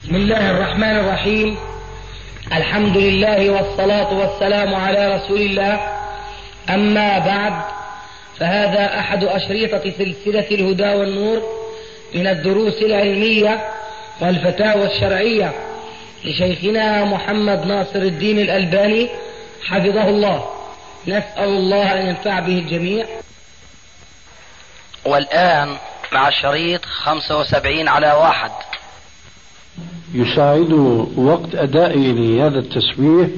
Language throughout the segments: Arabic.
بسم الله الرحمن الرحيم. الحمد لله والصلاة والسلام على رسول الله. أما بعد، فهذا أحد أشريطة سلسلة الهدى والنور من الدروس العلمية والفتاوى الشرعية لشيخنا محمد ناصر الدين الألباني حفظه الله. نسأل الله أن ينفع به الجميع. والآن مع الشريط 75/1. يساعد وقت أدائه لهذا التسبيح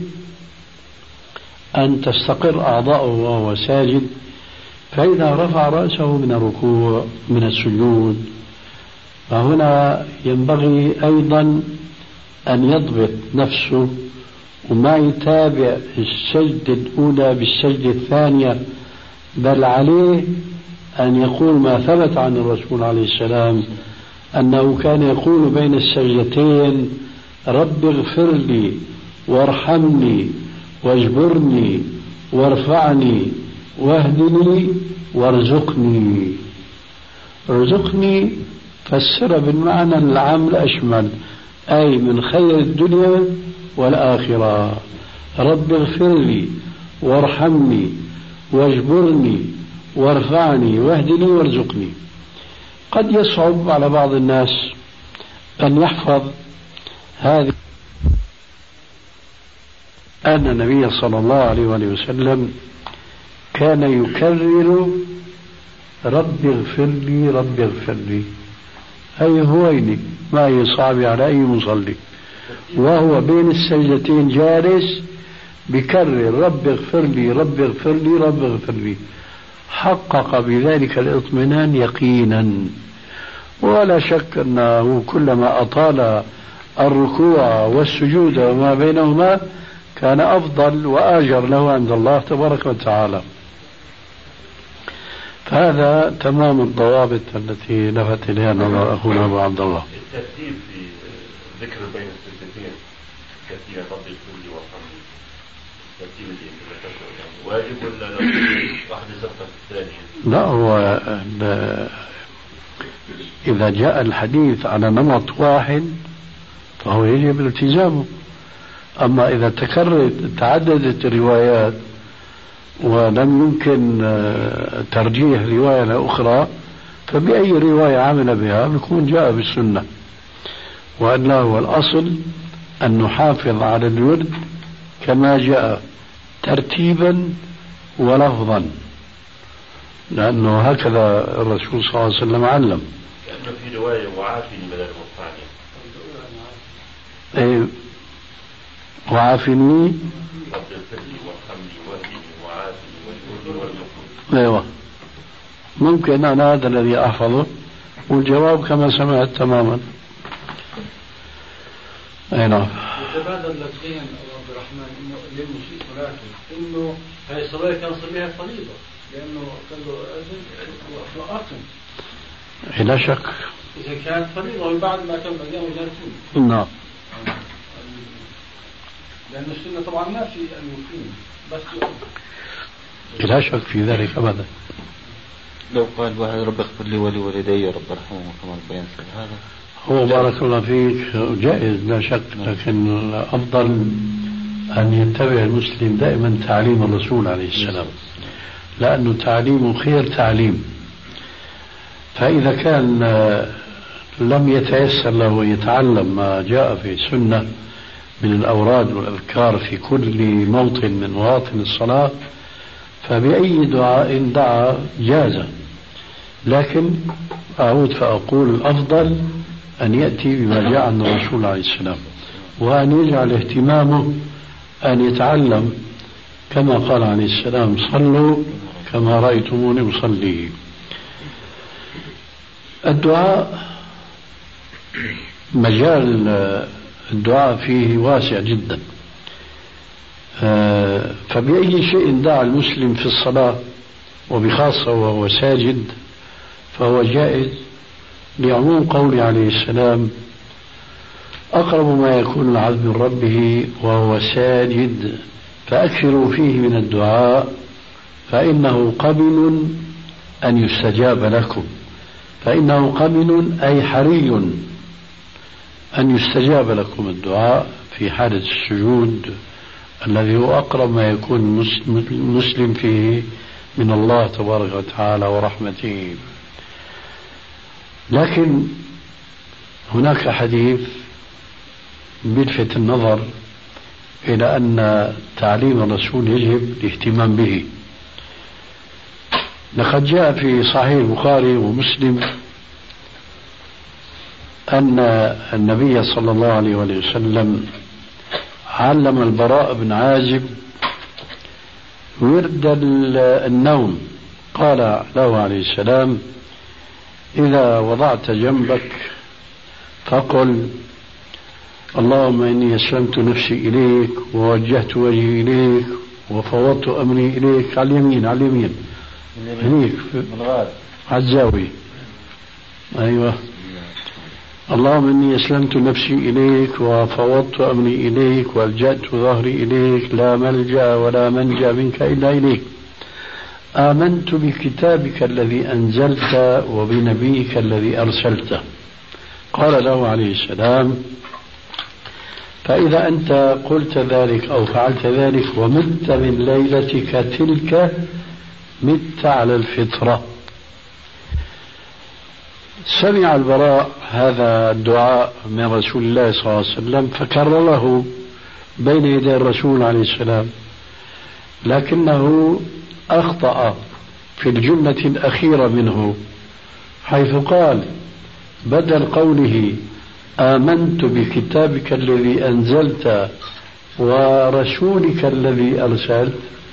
أن تستقر أعضاؤه وهو ساجد، فإذا رفع رأسه من الركوع من السجود، فهنا ينبغي أيضا أن يضبط نفسه وما يتابع السجدة الأولى بالسجدة الثانية، بل عليه أن يقول ما ثبت عن الرسول عليه السلام أنه كان يقول بين السجدتين: رب اغفر لي وارحمني واجبرني وارفعني واهدني وارزقني. ارزقني فسر بالمعنى العام الأشمل، أي من خير الدنيا والآخرة. رب اغفر لي وارحمني واجبرني وارفعني واهدني وارزقني. قد يصعب على بعض الناس أن يحفظ هذه. أن النبي صلى الله عليه وسلم كان يكرر رب اغفر لي رب اغفر لي، أي هويني ما هي صعب على أي مصلي، وهو بين السجدتين جالس بكرر رب اغفر لي رب اغفر لي رب اغفر لي، حقق بذلك الاطمئنان يقينا. ولا شك أنه كلما أطال الركوع والسجود وما بينهما كان أفضل وآجر له عند الله تبارك وتعالى. فهذا تمام الضوابط التي لفت إليها نظر أخونا أبو عبد الله. الترتيب في ذكر بين السجدتين كثيرا رب اغفر لي وارحمني، الترتيب اللي واجب ولا واحد يسبق الثاني؟ لا، هو إذا جاء الحديث على نمط واحد فهو يجب الالتزامه. أما إذا تعددت الروايات ولم يمكن ترجيح رواية لأخرى، فبأي رواية عمل بها بيكون جاء بالسنة. وأن هو الأصل أن نحافظ على الورد كما جاء ترتيبا ولفظا، لأنه هكذا الرسول صلى الله عليه وسلم علم. لأنه في رواية وعافني بدل وارفعني. أي وعافني أيوة، ممكن أنا هذا الذي أحفظه، والجواب كما سمعت تماما. أي نعم. يتبادل لدينا عبد الرحمن إنه للمسيء صلاته إنه هاي الصلاة كان صليها فريضة، لأنه قال له أذن وأقم. لا شك. إذا كانت فريضة وبعد ما كان مجانه جالسين. نعم. لأن السنة طبعا ما في أن يقيم بس. لا شك في ذلك أبدا. لو قال واحد رب اغفر لي ولوالدي رب ارحمهما كما ربياني صغيرا، هذا هو بارك الله فيك جائز لا شك، لكن الأفضل أن يتبع المسلم دائما تعليم الرسول عليه السلام، لأنه تعليمه خير تعليم. فإذا كان لم يتيسر له يتعلم ما جاء في السنة من الأوراد والأذكار في كل موطن من مواطن الصلاة، فبأي دعاء دعا جاز. لكن أعود فأقول الأفضل أن يأتي بما جاء عن الرسول عليه السلام، وأن يجعل اهتمامه أن يتعلم كما قال عليه السلام: صلوا كما رأيتموني أصلي. الدعاء مجال الدعاء فيه واسع جدا، فبأي شيء دعا المسلم في الصلاة وبخاصة وهو ساجد فهو جائز، لعموم قوله عليه السلام: أقرب ما يكون العبد من ربه وهو ساجد فأكثروا فيه من الدعاء فإنه قبل أن يستجاب لكم. فإنه قبل أي حري أن يستجاب لكم الدعاء في حالة السجود الذي هو أقرب ما يكون مسلم فيه من الله تبارك وتعالى ورحمته. لكن هناك حديث بيلفت النظر إلى أن تعليم الرسول يجب الاهتمام به. لقد جاء في صحيح البخاري ومسلم أن النبي صلى الله عليه وسلم علم البراء بن عازب ورد النوم. قال له عليه السلام: إذا وضعت جنبك فقل: اللهم إني أسلمت نفسي إليك ووجهت وجهي إليك وفوضت أمري إليك. على اليمين على اليمين هنيك على الزاوية. أيوة. اللهم إني أسلمت نفسي إليك وفوضت أمري إليك والجأت ظهري إليك لا ملجأ ولا منجأ منك إلا إليك. آمنت بكتابك الذي أنزلت وبنبيك الذي أرسلته. قال له عليه السلام: فإذا أنت قلت ذلك أو فعلت ذلك ومت من ليلتك تلك مت على الفطرة. سمع البراء هذا الدعاء من رسول الله صلى الله عليه وسلم فكرره بين يدي الرسول عليه السلام، لكنه أخطأ في الجملة الأخيرة منه، حيث قال بدل قوله آمنت بكتابك الذي أنزلت ورسولك الذي أرسلت،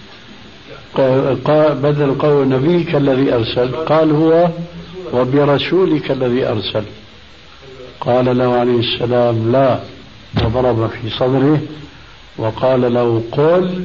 بدل قول نبيك الذي أرسلت قال هو وبرسولك الذي أرسل. قال له عليه السلام: لا، وضرب في صدره وقال له: قل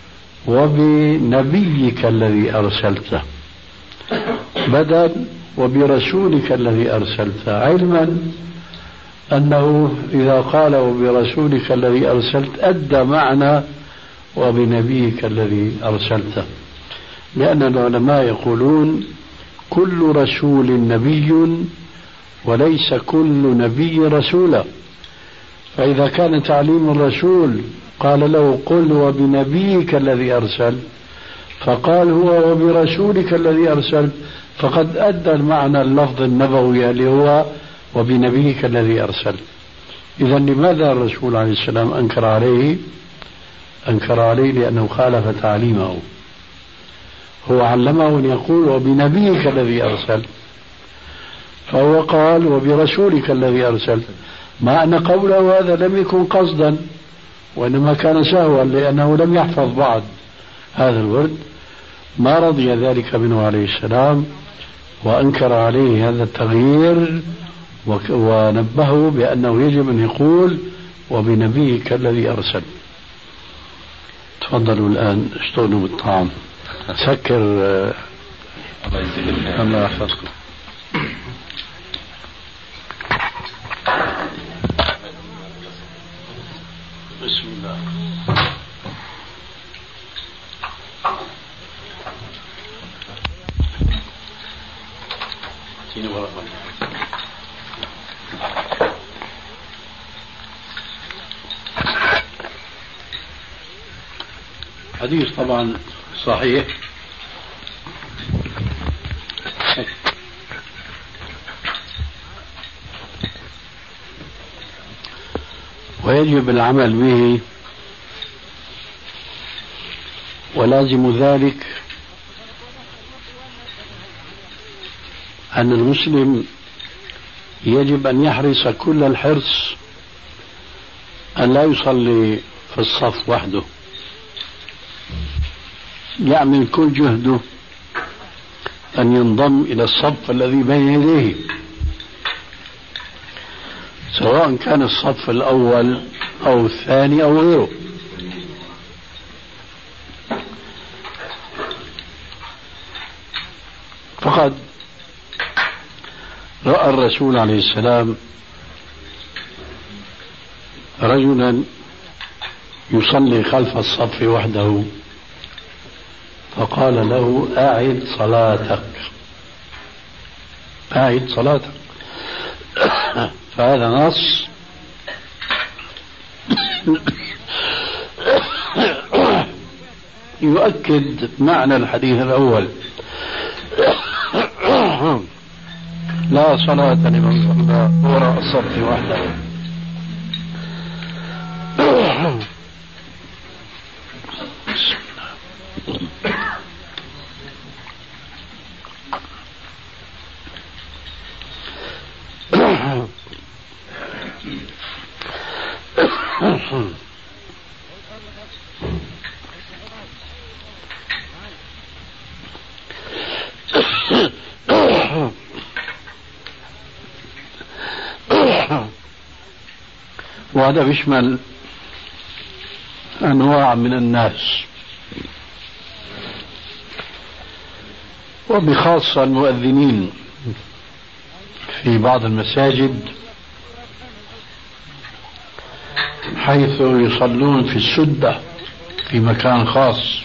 وبنبيك الذي أرسلته بدل وبرسولك الذي أرسلته، علما أنه إذا قال وبرسولك الذي أرسلت أدى معنى وبنبيك الذي أرسلته، لأن العلماء يقولون كل رسول نبي وليس كل نبي رسولا. فإذا كان تعليم الرسول قال له قل وبنبيك الذي أرسل، فقال هو وبرسولك الذي أرسل، فقد أدى المعنى اللفظ النبوي اللي هو وبنبيك الذي أرسل. إذا لماذا الرسول عليه السلام أنكر عليه؟ أنكر عليه لأنه خالف تعليمه. هو علمه أن يقول وبنبيك الذي أرسل، فهو قال وبرسولك الذي أرسل، مع أن قوله هذا لم يكن قصدا وإنما كان سهوا لأنه لم يحفظ بعد هذا الورد. ما رضي ذلك منه عليه السلام وأنكر عليه هذا التغيير ونبهه بأنه يجب أن يقول وبنبيك الذي أرسل. تفضلوا الآن اشتغلوا بالطعام. سكر. الله يحفظكم. بسم الله. حديث طبعا صحيح، ويجب العمل به، ولازم ذلك أن المسلم يجب أن يحرص كل الحرص أن لا يصلي في الصف وحده، يعمل كل جهده أن ينضم إلى الصف الذي بين يديه، سواء كان الصف الأول أو الثاني أو غيره. فقد رأى الرسول عليه السلام رجلا يصلي خلف الصف وحده، فقال له أعد صلاتك، أعد صلاتك. فهذا نص يؤكد معنى الحديث الأول. لا صلاة لمن صلى وراء الصف وحده. وهذا بيشمل أنواع من الناس، وبخاصة المؤذنين في بعض المساجد، حيث يصلون في السدة في مكان خاص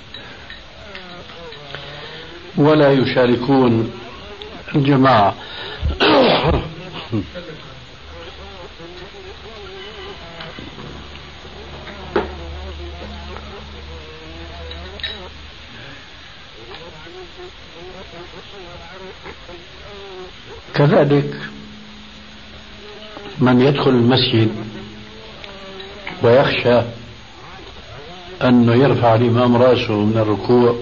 ولا يشاركون الجماعة. كذلك من يدخل المسجد ويخشى أنه يرفع الإمام رأسه من الركوع،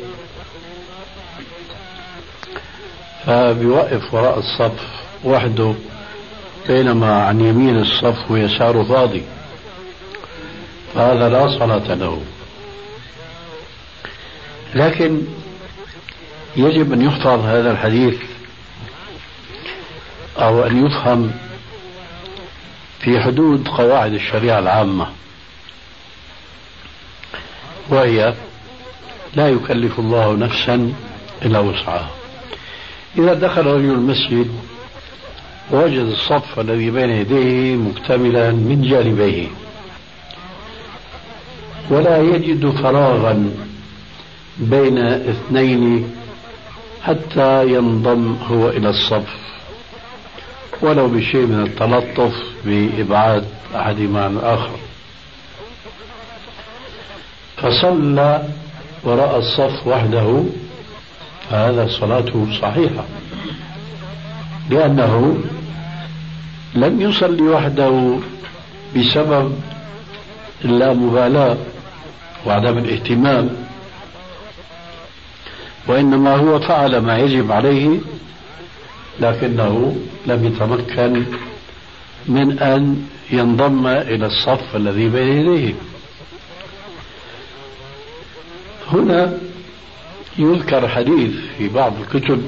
فبيوقف وراء الصف وحده، بينما عن يمين الصف ويساره فاضي، فهذا لا صلاة له. لكن يجب أن يحفظ هذا الحديث أو أن يفهم في حدود قواعد الشريعة العامة، وهي لا يكلف الله نفسا إلا وسعها. إذا دخل رجل المسجد ووجد الصف الذي بين يديه مكتملا من جانبيه ولا يجد فراغا بين اثنين حتى ينضم هو إلى الصف ولو بشيء من التلطف بإبعاد أحدهما عن الآخر، فصلى وراء الصف وحده، فهذا صلاته صحيحة، لأنه لم يصلي وحده بسبب اللامبالاة وعدم الاهتمام، وإنما هو فعل ما يجب عليه لكنه لم يتمكن من أن ينضم إلى الصف الذي بين يديه. هنا يذكر حديث في بعض الكتب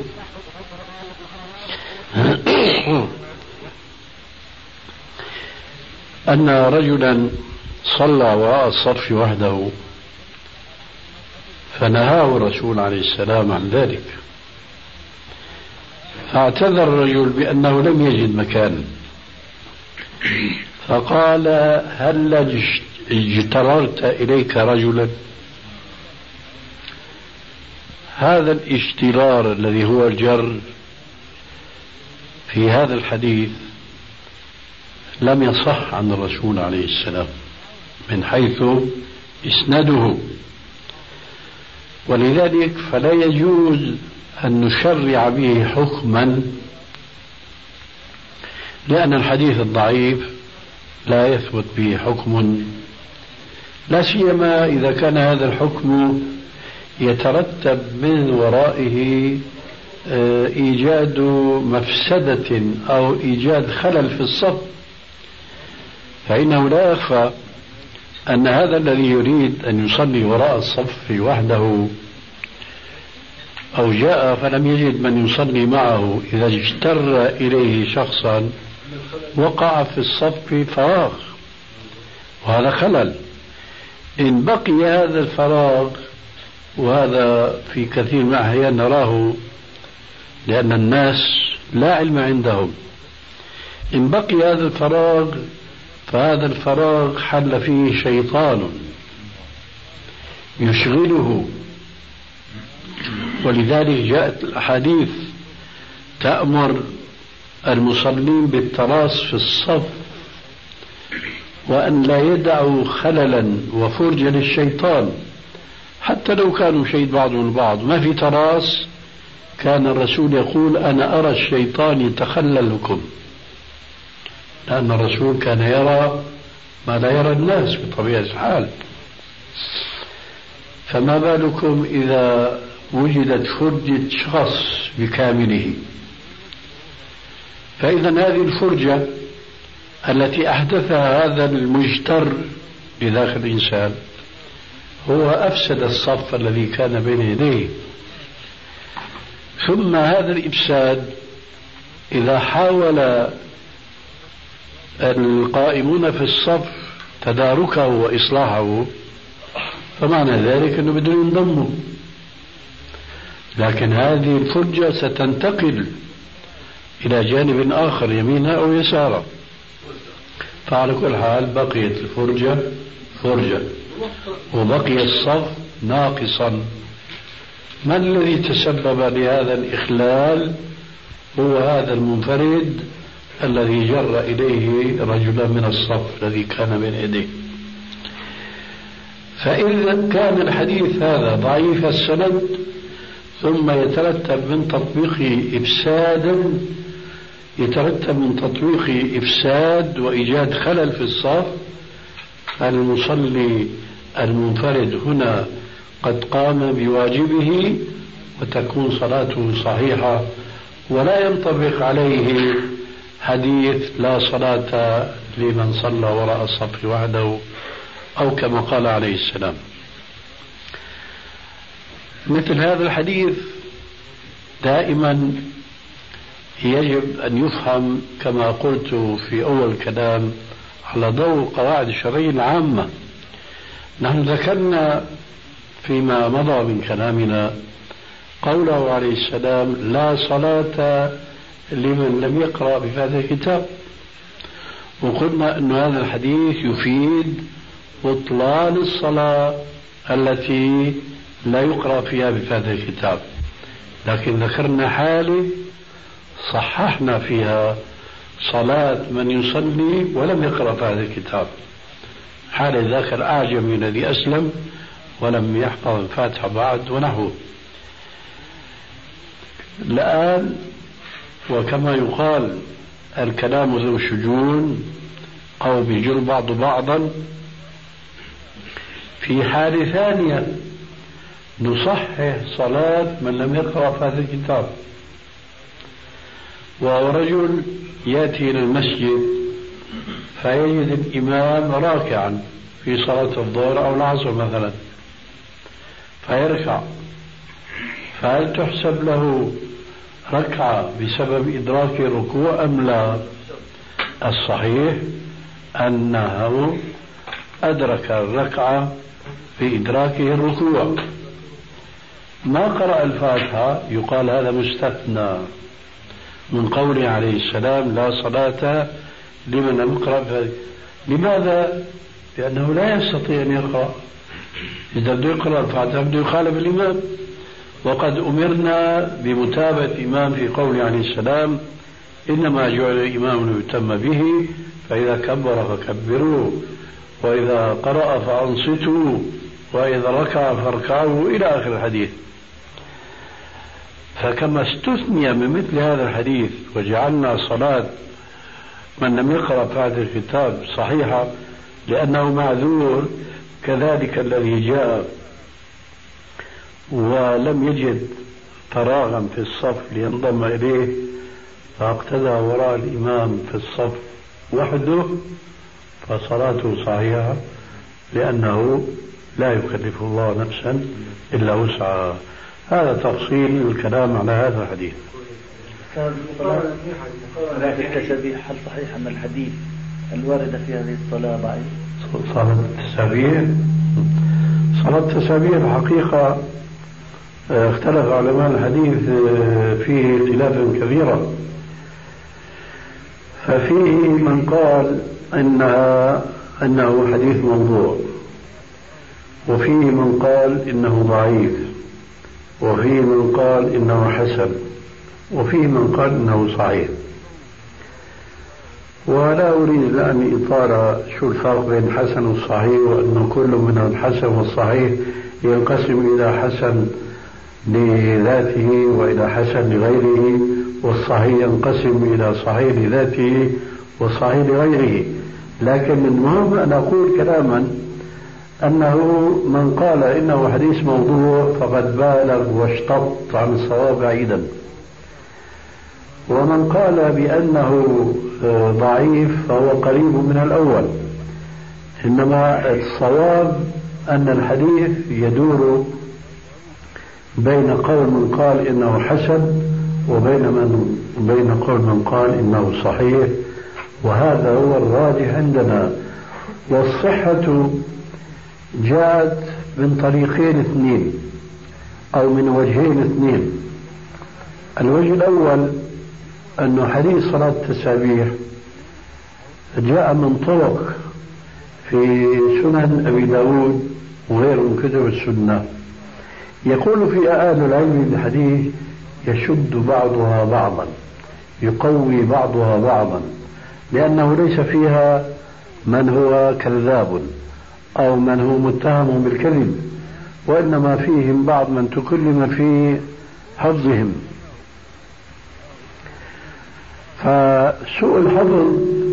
أن رجلا صلى وراء الصف وحده فنهاه الرسول عليه السلام عن ذلك، فاعتذر الرجل بأنه لم يجد مكانا، فقال: هل اجتررت إليك رجلا؟ هذا الاجترار الذي هو الجر في هذا الحديث لم يصح عن الرسول عليه السلام من حيث إسناده، ولذلك فلا يجوز أن نشرع به حكما، لأن الحديث الضعيف لا يثبت به حكم، لا سيما إذا كان هذا الحكم يترتب من ورائه إيجاد مفسدة أو إيجاد خلل في الصف، فإنه لا يخفى أن هذا الذي يريد أن يصلي وراء الصف وحده أو جاء فلم يجد من يصلي معه، إذا اجتر إليه شخصا وقع في الصف فراغ، وهذا خلل. إن بقي هذا الفراغ، وهذا في كثير من الأحيان نراه لأن الناس لا علم عندهم، إن بقي هذا الفراغ فهذا الفراغ حل فيه شيطان يشغله، ولذلك جاءت الأحاديث تأمر المصلين بالتراص في الصف وأن لا يدعوا خللا وفرجا للشيطان، حتى لو كانوا شيء بعضهم البعض ما في تراص. كان الرسول يقول أنا أرى الشيطان يتخللكم، لأن الرسول كان يرى ما لا يرى الناس بطبيعة الحال. فما بالكم إذا وجدت فرجة شخص بكامله؟ فإذا هذه الفرجة التي أحدثها هذا المجتر بداخل الإنسان هو أفسد الصف الذي كان بين يديه. ثم هذا الإفساد إذا حاول القائمون في الصف تداركه وإصلاحه فمعنى ذلك أنه بدهم ينضموا، لكن هذه الفرجة ستنتقل إلى جانب آخر يمينها أو يسارها. فعلى كل حال بقيت الفرجة فرجة وبقي الصف ناقصا. من الذي تسبب لهذا الإخلال؟ هو هذا المنفرد الذي جر إليه رجلا من الصف الذي كان بين يديه. فإذا كان الحديث هذا ضعيف السند ثم يترتب من تطبيقه إفساد وإيجاد خلل في الصف، المصلي المنفرد هنا قد قام بواجبه وتكون صلاته صحيحة، ولا ينطبق عليه حديث لا صلاة لمن صلى وراء الصف وحده، أو كما قال عليه السلام. مثل هذا الحديث دائما يجب أن يفهم كما قلت في أول الكلام على ضوء قواعد الشرعية العامة. نحن ذكرنا فيما مضى من كلامنا قوله عليه السلام لا صلاة لمن لم يقرأ بفاتحة الكتاب، وقلنا أن هذا الحديث يفيد بطلان الصلاة التي لا يقرأ فيها بفاتحة الكتاب، لكن ذكرنا حالة صححنا فيها صلاة من يصلي ولم يقرأ فاتحة الكتاب، حالة ذاك الأعجمي الذي أسلم ولم يحفظ الفاتحة بعد ونحوه. الآن وكما يقال الكلام ذو شجون أو بيجر بعض بعضا، في حالة ثانية نصحح صلاة من لم يقرأ فاتحة الكتاب، وهو رجل يأتي إلى المسجد فيجد الإمام راكعا في صلاة الظهر أو العصر مثلا، فيركع، فهل تحسب له ركعة بسبب إدراك الركوع أم لا؟ الصحيح أنه أدرك الركعة بإدراكه الركوع، ما قرأ الفاتحة يقال هذا مستثنى من قوله عليه السلام لا صلاة لمن لم يقرأ. لماذا؟ لأنه لا يستطيع أن يقرأ، إذا بده يقرأ الفاتحة بده يخالف الإمام، وقد أمرنا بمتابعة الإمام في قوله عليه السلام إنما جعل الإمام ليتم به فإذا كبر فكبروا وإذا قرأ فأنصتوا وإذا ركع فاركعوا إلى آخر الحديث. فكما استثني من مثل هذا الحديث وجعلنا صلاة من لم يقرأ فاتحة الكتاب صحيحة لأنه معذور، كذلك الذي جاء ولم يجد فراغا في الصف لينضم إليه فاقتدى وراء الإمام في الصف وحده فصلاته صحيحة، لأنه لا يكلف الله نفسا إلا وسعها. هذا تفصيل الكلام على هذا الحديث. صلاة التسبيح هل صحيح أن الحديث الواردة في هذه الصلاة ضعيف؟ صلاة التسبيح الحقيقة اختلف علماء الحديث فيه خلافا كبيرا، ففيه من قال أنه حديث موضوع، وفيه من قال إنه ضعيف، وفيه من قال إنه حسن، وفيه من قال إنه صحيح. ولا أريد الآن إطارة شو الفرق بين الحسن والصحيح، وأنه كل من الحسن والصحيح ينقسم إلى حسن لذاته وإلى حسن لغيره، والصحيح ينقسم إلى صحيح لذاته وصحيح لغيره. لكن المهم أن أقول كلاما أنه من قال إنه حديث موضوع فقد بالغ واشتط عن الصواب بعيدا، ومن قال بأنه ضعيف فهو قريب من الأول. إنما الصواب أن الحديث يدور بين قول من قال إنه حسن وبين قول من قال إنه صحيح، وهذا هو الراجح عندنا. والصحة جاءت من طريقين اثنين أو من وجهين اثنين. الوجه الأول أن حديث صلاة التسابيح جاء من طرق في سنن أبي داود وغيره من كتب السنة، يقول في أهل العلم بالحديث يشد بعضها بعضا، يقوي بعضها بعضا، لأنه ليس فيها من هو كذاب أو من هو متهم بالكذب، وإنما فيهم بعض من تكلم في حفظهم. فسوء الحفظ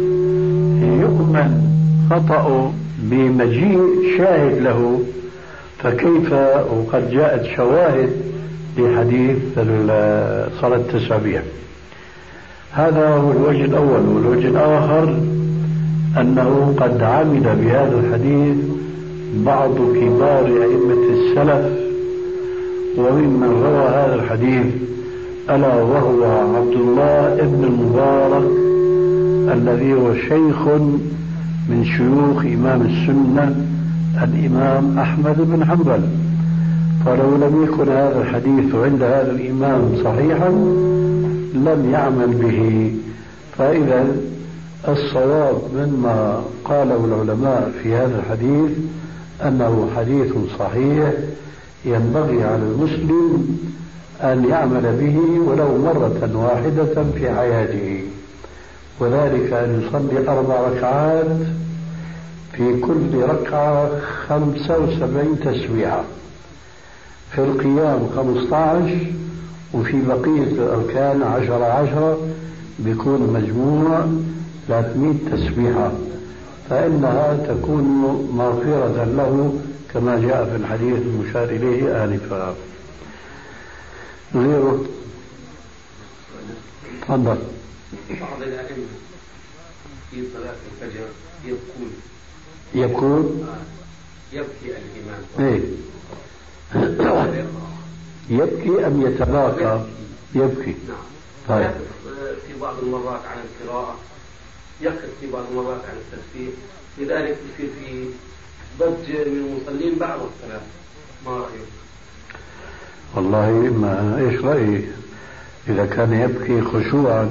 يؤمن خطأ بمجيء شاهد له، فكيف وقد جاءت شواهد لحديث صلاة التسابيح. هذا هو الوجه الأول. والوجه الآخر أنه قد عمل بهذا الحديث بعض كبار أئمة السلف، وممن روى هذا الحديث ألا وهو عبد الله ابن المبارك الذي هو شيخ من شيوخ إمام السنة الإمام أحمد بن حنبل. فلو لم يكن هذا الحديث عند هذا الإمام صحيحا لم يعمل به. فإذا الصواب مما قاله العلماء في هذا الحديث أنه حديث صحيح ينبغي على المسلم أن يعمل به ولو مرة واحدة في حياته، وذلك أن يصلي 4 ركعات في كل ركعة 75 تسبيحة، في القيام 15، وفي بقية الأركان 10 بيكون مجموع 300 تسبيحة، فإنها تكون مغفرة له كما جاء في الحديث المشار إليه آنفا. غيره تفضل. بعض الأئمة في صلاة الفجر يبكون يبكي الإمام. إيه؟ يبكي أم يتباكى؟ يبكي. نعم. طيب. في بعض المرات عن القراءة، يقف في بعض المرات عن التسبيح، لذلك يصير في ضجة من المصلين بعد الصلاة. ما رأيك؟ والله ما إيش رأيي؟ إذا كان يبكي خشوعا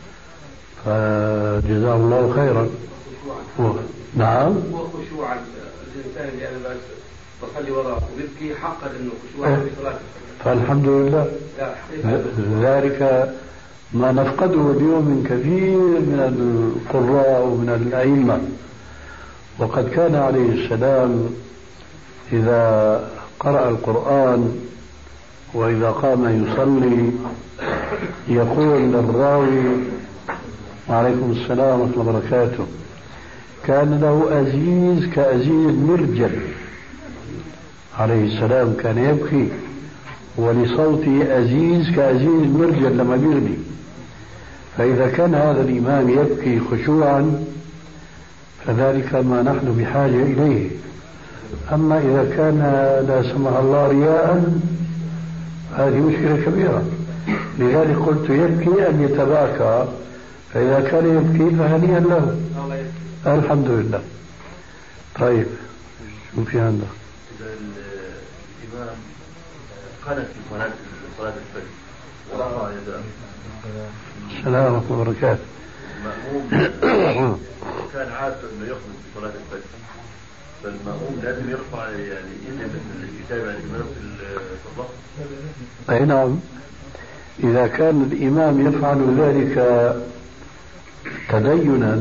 فجزاه الله خيرا. نعم. وخشوعا الإنسان اللي أنا بصلي وراءه ويبكي حقا إنه خشوعا في صلاته، فالحمد لله. ذلك ما نفقده اليوم من كثير من القراء ومن الأئمة. وقد كان عليه السلام إذا قرأ القرآن وإذا قام يصلي يقول للراوي وعليكم السلام ورحمة الله وبركاته، كان له أزيز كأزيز مرجل عليه السلام، كان يبكي ولصوته أزيز كأزيز مرجل لما بيغني. فإذا كان هذا الإمام يبكي خشوعا فذلك ما نحن بحاجة إليه. أما إذا كان لا سمح الله رياء هذه مشكلة كبيرة. لذلك قلت يبكي أن يتباكى، فإذا كان يبكي فهنيئا له. الحمد لله. طيب شو في عندك؟ إذا الإمام قال في صلاة الفجر ورفع يده. السلام ورحمة الله وبركاته. المأموم كان عادة أنه يخرج في صلاة الفجر، فالمأموم لازم يرفع يعني يده مثل الكتاب عن الإمام في الرفع. أي نعم. إذا كان الإمام يفعل ذلك تدينا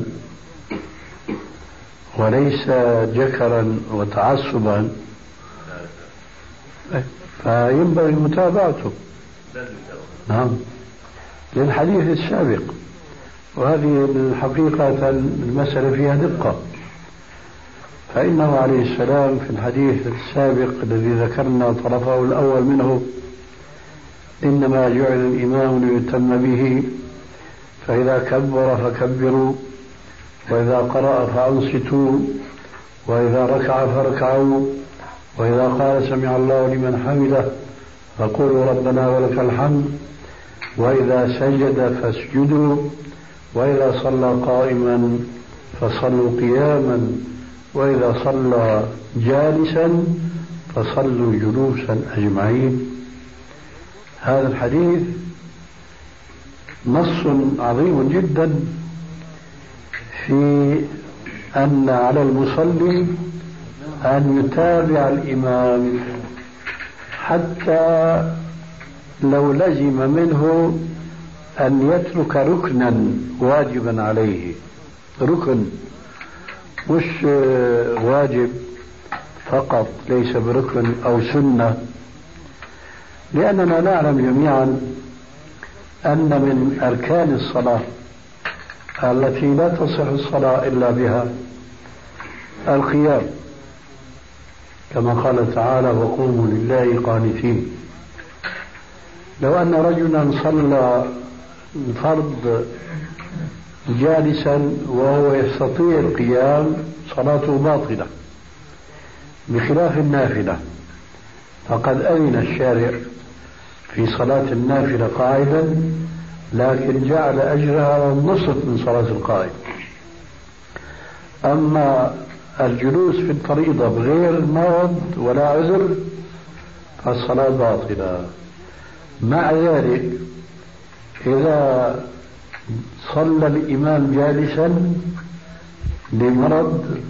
وليس جكرا وتعصبا فينبغي متابعته. نعم، للحديث السابق، وهذه الحقيقة المسألة فيها دقة. فإنه عليه السلام في الحديث السابق الذي ذكرنا طرفه الأول منه: إنما جعل الإمام ليتم به، فإذا كبر فكبروا، وإذا قرأ فأنصتوا، وإذا ركع فاركعوا، وإذا قال سمع الله لمن حمده فقولوا ربنا ولك الحمد، وإذا سجد فاسجدوا، وإذا صلى قائما فصلوا قياما، وإذا صلى جالسا فصلوا جلوسا أجمعين. هذا الحديث نص عظيم جدا في أن على المصلي أن يتابع الإمام حتى لو لزم منه أن يترك ركنا واجبا عليه، ركن مش واجب فقط، ليس بركن أو سنة، لأننا نعلم جميعا أن من أركان الصلاة التي لا تصح الصلاة إلا بها القيام، كما قال تعالى: وقوموا لله قانتين. لو أن رجلا صلى فرض جالسا وهو يستطيع القيام صلاته باطلة، بخلاف النافلة، فقد أذن الشارع في صلاة النافلة قاعدا، لكن جعل أجرها النصف من صلاة القائم. أما الجلوس في الفريضة بغير مرض ولا عذر فالصلاة باطلة. مع ذلك إذا صلى الإمام جالسا لمرض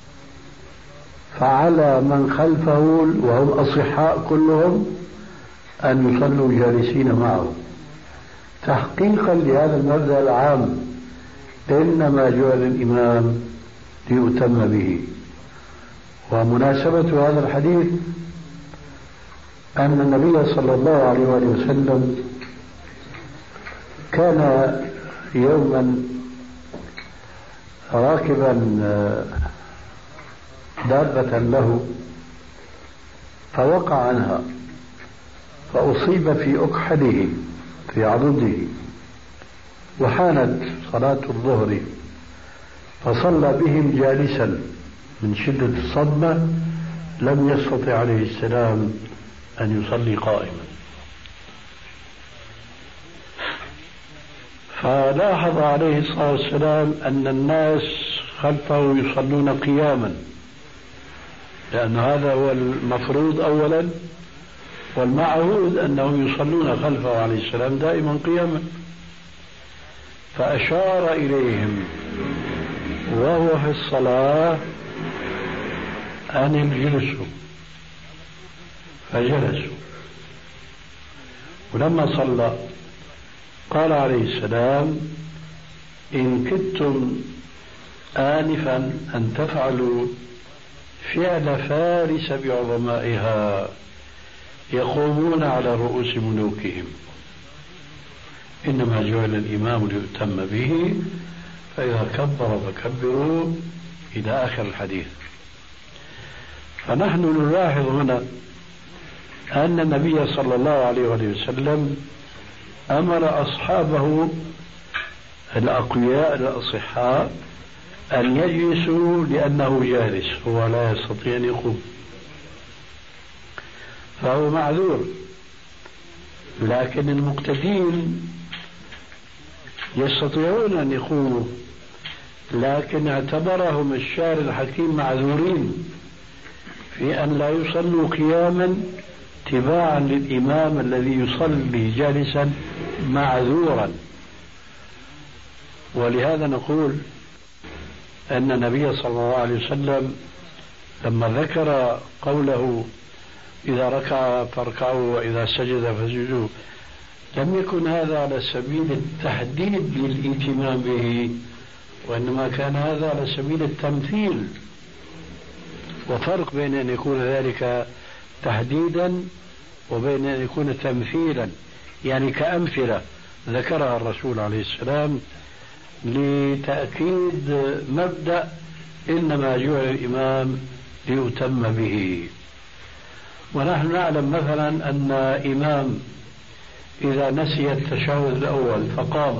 فعلى من خلفه وهم أصحاء كلهم أن يصلوا جالسين معه، تحقيقا لهذا المبدأ العام: إنما جعل الإمام ليؤتم به. ومناسبة هذا الحديث أن النبي صلى الله عليه وسلم كان يوما راكبا دابة له فوقع عنها فأصيب في أكحله في عضده، وحانت صلاة الظهر فصلى بهم جالسا من شدة الصدمة، لم يستطع عليه السلام أن يصلي قائما، فلاحظ عليه الصلاة والسلام أن الناس خلفه يصلون قياما، لأن هذا هو المفروض أولا، والمعهود أنهم يصلون خلفه عليه السلام دائما قياما. فأشار إليهم وهو في الصلاة أن يجلسوا، فجلسوا. ولما صلى قال عليه السلام: إن كدتم آنفا أن تفعلوا فعل فارس بعظمائها يقومون على رؤوس ملوكهم، إنما جعل الإمام ليؤتم به، فإذا كبر فكبروا، إلى آخر الحديث. فنحن نلاحظ هنا أن النبي صلى الله عليه وسلم أمر أصحابه الأقوياء الأصحاء أن يجلسوا لأنه جالس، هو لا يستطيع أن يقوم، فهو معذور. لكن المقتدين يستطيعون أن يقوموا، لكن اعتبرهم الشارع الحكيم معذورين في أن لا يصلوا قياما تباعا للإمام الذي يصلي جالسا معذورا. ولهذا نقول أن النبي صلى الله عليه وسلم لما ذكر قوله: إذا ركع فاركعوا وإذا سجد فاسجدوا، لم يكن هذا على سبيل التحديد للإهتمام به، وإنما كان هذا على سبيل التمثيل، وفرق بين أن يكون ذلك تحديدا وبين أن يكون تمثيلا، يعني كأمثلة ذكرها الرسول عليه السلام لتأكيد مبدأ إنما جعل الإمام ليتم به. ونحن نعلم مثلا أن إمام إذا نسي التشهد الأول فقام،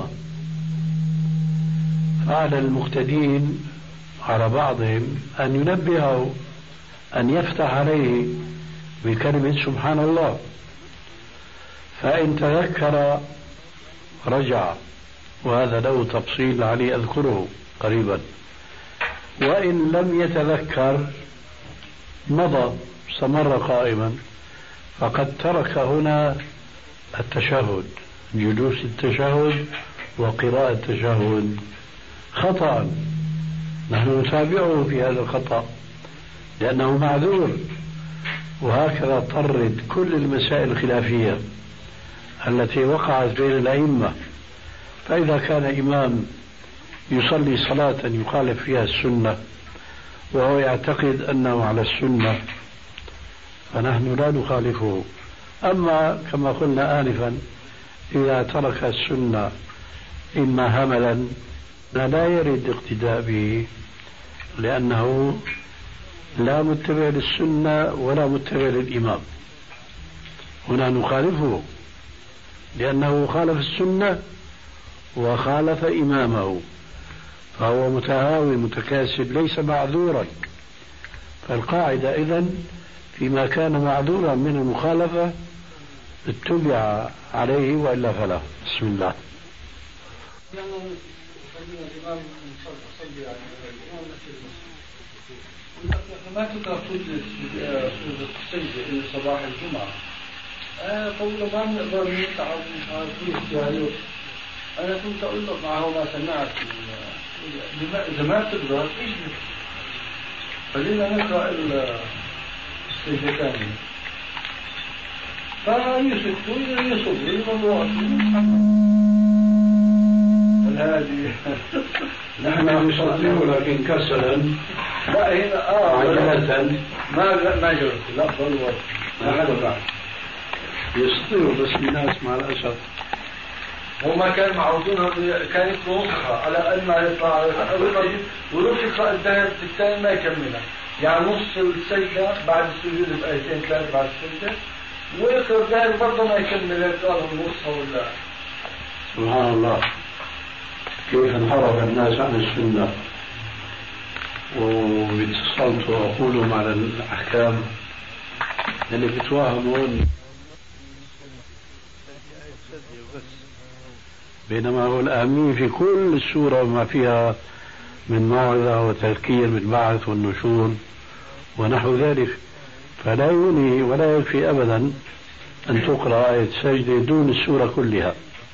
فعلى المقتدين على بعضهم أن ينبهه، أن يفتح عليه بكلمة سبحان الله، فإن تذكر رجع، وهذا له تفصيل علي أذكره قريبا، وإن لم يتذكر مضى استمر قائما، فقد ترك هنا التشهد، جلوس التشهد وقراءة التشهد خطأ، نحن نتابعه في هذا الخطأ لأنه معذور. وهكذا طرد كل المسائل الخلافية التي وقعت بين الأئمة، فإذا كان إمام يصلي صلاة يخالف فيها السنة وهو يعتقد أنه على السنة فنحن لا نخالفه. أما كما قلنا آنفا إذا ترك السنة إما هملا لا يرد اقتداء به، لأنه لا متبع للسنة ولا متبع للإمام، هنا نخالفه لأنه خالف السنة وخالف إمامه، فهو متهاوي متكاسب ليس معذورا. فالقاعدة إذن فيما كان معذورا من المخالفة اتبع عليه وإلا فلا. بسم الله. ما تقرأ سورة السجدة صباح الجمعة؟ طول ما بنقدر نتعب مش عارفين يعني. أنا كنت أقول لك معه ما سمعت، إذا ما بتقدر اجلس خلينا نقرأ السجدة ثانية، فيسكتوا يصبروا الموضوع هذه. نحن نصلي لكن كسلا لا هنا عجلة ما جرت لا ضل ما يستطيعوا بس الناس مع الأسف هما كانوا معودون كانت نصها على أن ما يطلع ولو يقرأ الذهب في الثاني ما يكملها، يعني نص السجدة بعد السجود بآيتين ثلاثة بعد السجدة، ويقرأ الذهب برضه ما يكملها قالوا نصها ولا. سبحان الله كيف انحرف الناس عن السنة واتصلت وأقولهم على الأحكام اللي بتواهمون، بينما هو الأهمية في كل السورة وما فيها من موعظة وتذكير بالبعث والنشور ونحو ذلك، فلا يغني ولا يكفي أبدا أن تقرأ آية سجدة دون السورة كلها.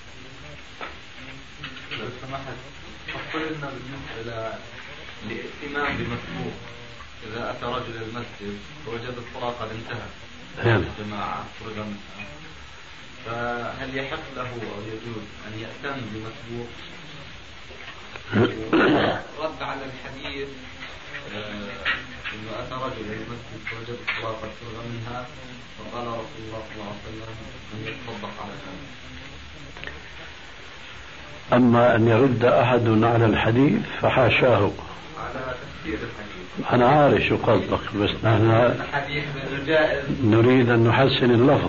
قلنا بالنسبة للائتمام بمسبوق، إذا أتى رجل المسجد ووجد الصلاة قد انتهى الجماعة فرغ منها، فهل يحق له أو يجوز أن يأتم بمسبوق؟ رد على الحديث إنه أتى رجل المسجد ووجد الصلاة قد فرغ منها فقال رسول الله صلى الله عليه وسلم أن يتصدق على ذلك. أما أن يرد أحد على الحديث فحاشاه، على تفسير الحديث أنا عارف شو قصدك، بس نحن نريد أن نحسن اللفظ.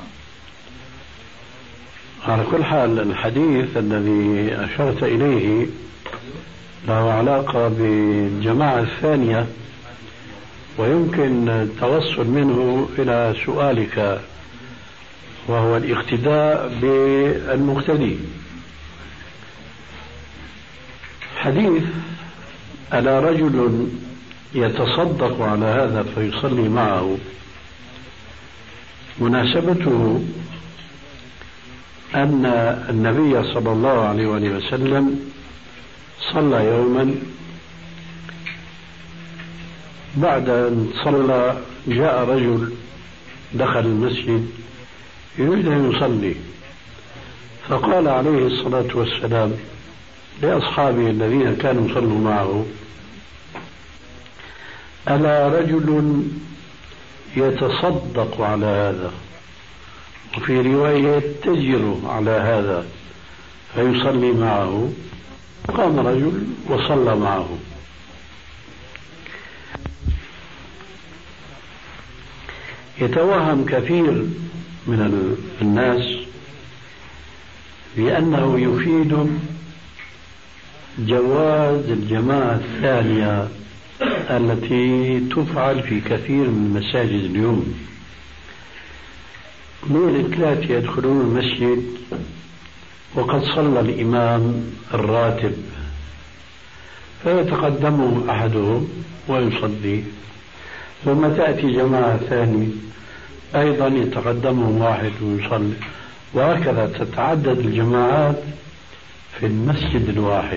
على كل حال الحديث الذي أشرت إليه له علاقة بالجماعة الثانية، ويمكن التوصل منه إلى سؤالك وهو الاقتداء بالمقتدي. حديث ألا رجل يتصدق على هذا فيصلي معه، مناسبته أن النبي صلى الله عليه وسلم صلى يوما، بعد أن صلى جاء رجل دخل المسجد يريد أن يصلي، فقال عليه الصلاة والسلام لأصحابه الذين كانوا يصلوا معه: ألا رجل يتصدق على هذا، وفي رواية يتجر على هذا فيصلي معه. قام رجل وصلى معه. يتوهم كثير من الناس بأنه يفيد جواز الجماعة الثانية التي تفعل في كثير من المساجد اليوم. من الثلاثة يدخلون المسجد وقد صلى الإمام الراتب، فيتقدمه أحدهم ويصلي، ثم تأتي جماعة ثانية أيضا يتقدمهم واحد ويصلي، وهكذا تتعدد الجماعات في المسجد الواحد.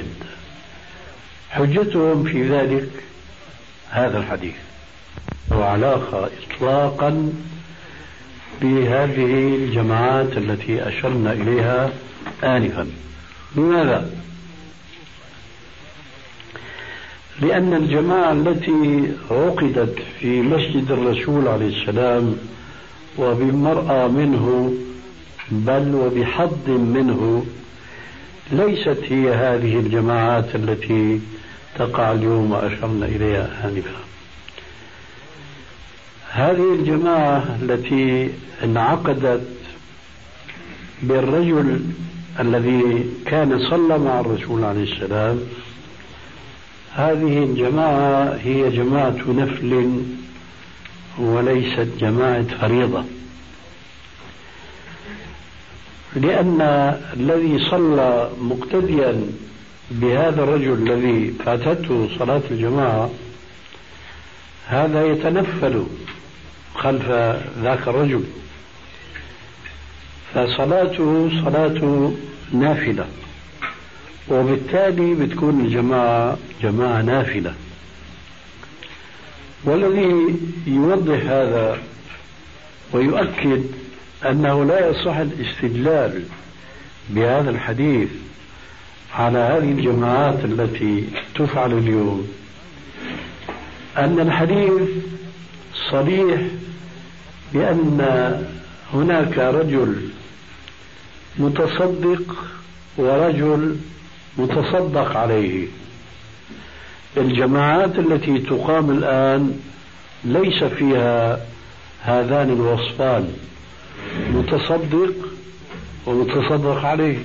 حجتهم في ذلك هذا الحديث، وعلاقة إطلاقا بهذه الجماعات التي أشرنا إليها آنفا. لماذا؟ لأن الجماعة التي عقدت في مسجد الرسول عليه السلام وبمرأى منه بل وبحظ منه ليست هي هذه الجماعات التي تقع اليوم وأشرنا إليها آنفا. هذه الجماعة التي انعقدت بالرجل الذي كان صلى مع الرسول عليه السلام، هذه الجماعة هي جماعة نفل وليست جماعة فريضة، لأن الذي صلى مقتديا بهذا الرجل الذي فاتته صلاة الجماعة هذا يتنفل خلف ذاك الرجل، فصلاته صلاة نافلة، وبالتالي بتكون الجماعة جماعة نافلة. والذي يوضح هذا ويؤكد أنه لا يصح الاستدلال بهذا الحديث على هذه الجماعات التي تفعل اليوم أن الحديث صريح بأن هناك رجل متصدق ورجل متصدق عليه. الجماعات التي تقام الآن ليس فيها هذان الوصفان، متصدق ومتصدق عليه.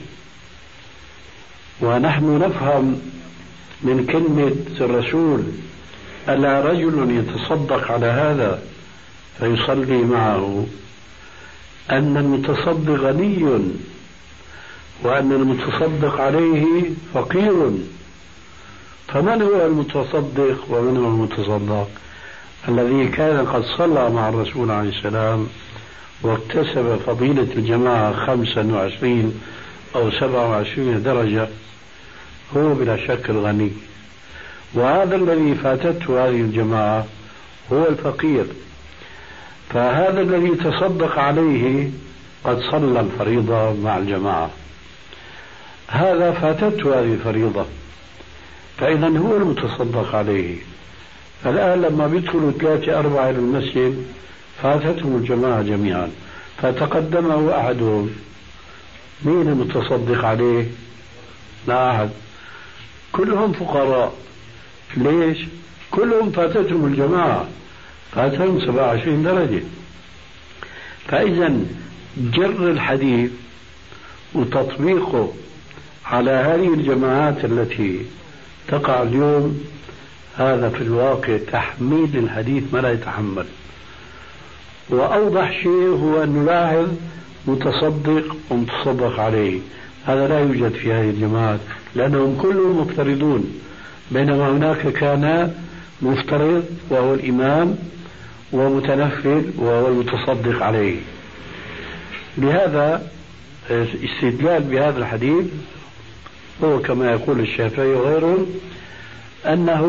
ونحن نفهم من كلمة الرسول: ألا رجل يتصدق على هذا فيصلي معه، أن المتصدق غني وأن المتصدق عليه فقير. فمن هو المتصدق ومن هو المتصدق؟ الذي كان قد صلى مع الرسول عليه السلام واكتسب فضيلة الجماعة 25 أو 27 درجة هو بلا شك الغني، وهذا الذي فاتته هذه الجماعة هو الفقير. فهذا الذي تصدق عليه قد صلى الفريضة مع الجماعة، هذا فاتته هذه الفريضة، فإذا هو المتصدق عليه. الآن لما بيدخلوا 3-4 إلى المسجد فاتتهم الجماعة جميعا، فتقدمه أحدهم، مين المتصدق عليه؟ لا أحد، كلهم فقراء. ليش؟ كلهم فاتتهم الجماعة، فاتهم 27 درجة. فإذا جر الحديث وتطبيقه على هذه الجماعات التي تقع اليوم هذا في الواقع تحميل الحديث ما لا يتحمل. وأوضح شيء هو أن نلاحظ متصدق ومتصدق عليه، هذا لا يوجد في هذه الجماعات لأنهم كلهم مفترضون، بينما هناك كان مفترض وهو الإمام ومتنفل وهو المتصدق عليه. لهذا استدلال بهذا الحديث هو كما يقول الشافعي وغيره أنه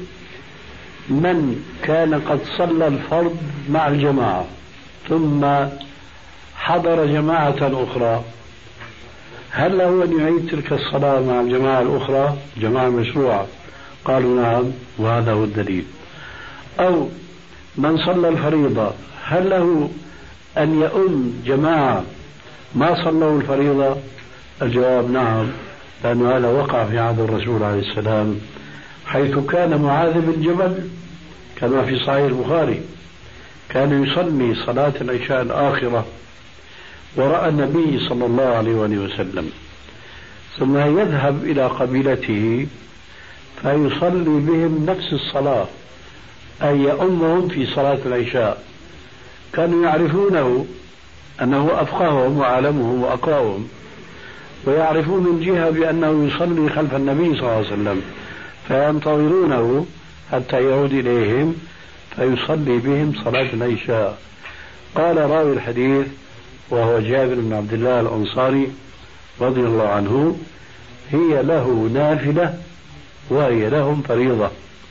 من كان قد صلى الفرض مع الجماعة ثم حضر جماعة أخرى، هل له أن يعيد تلك الصلاة مع الجماعة الأخرى جماعة مشروعة؟ قالوا نعم، وهذا هو الدليل. أو من صلى الفريضة هل له أن يؤم جماعة ما صلوا الفريضة؟ الجواب نعم، لأن هذا وقع في عهد الرسول عليه السلام، حيث كان معاذ بن جبل كما في صحيح البخاري كان يصلي صلاة العشاء الآخرة ورأى النبي صلى الله عليه وسلم، ثم يذهب إلى قبيلته فيصلي بهم نفس الصلاة، أي يؤمهم في صلاة العشاء. كانوا يعرفونه أنه أفقههم وأعلمهم وأقواهم، ويعرفون من جهة بأنه يصلي خلف النبي صلى الله عليه وسلم، فينتظرونه حتى يعود إليهم فيصلي بهم صلاة العشاء. قال راوي الحديث وهو جابر بن عبد الله الأنصاري رضي الله عنه: هي له نافلة وهي لهم فريضة.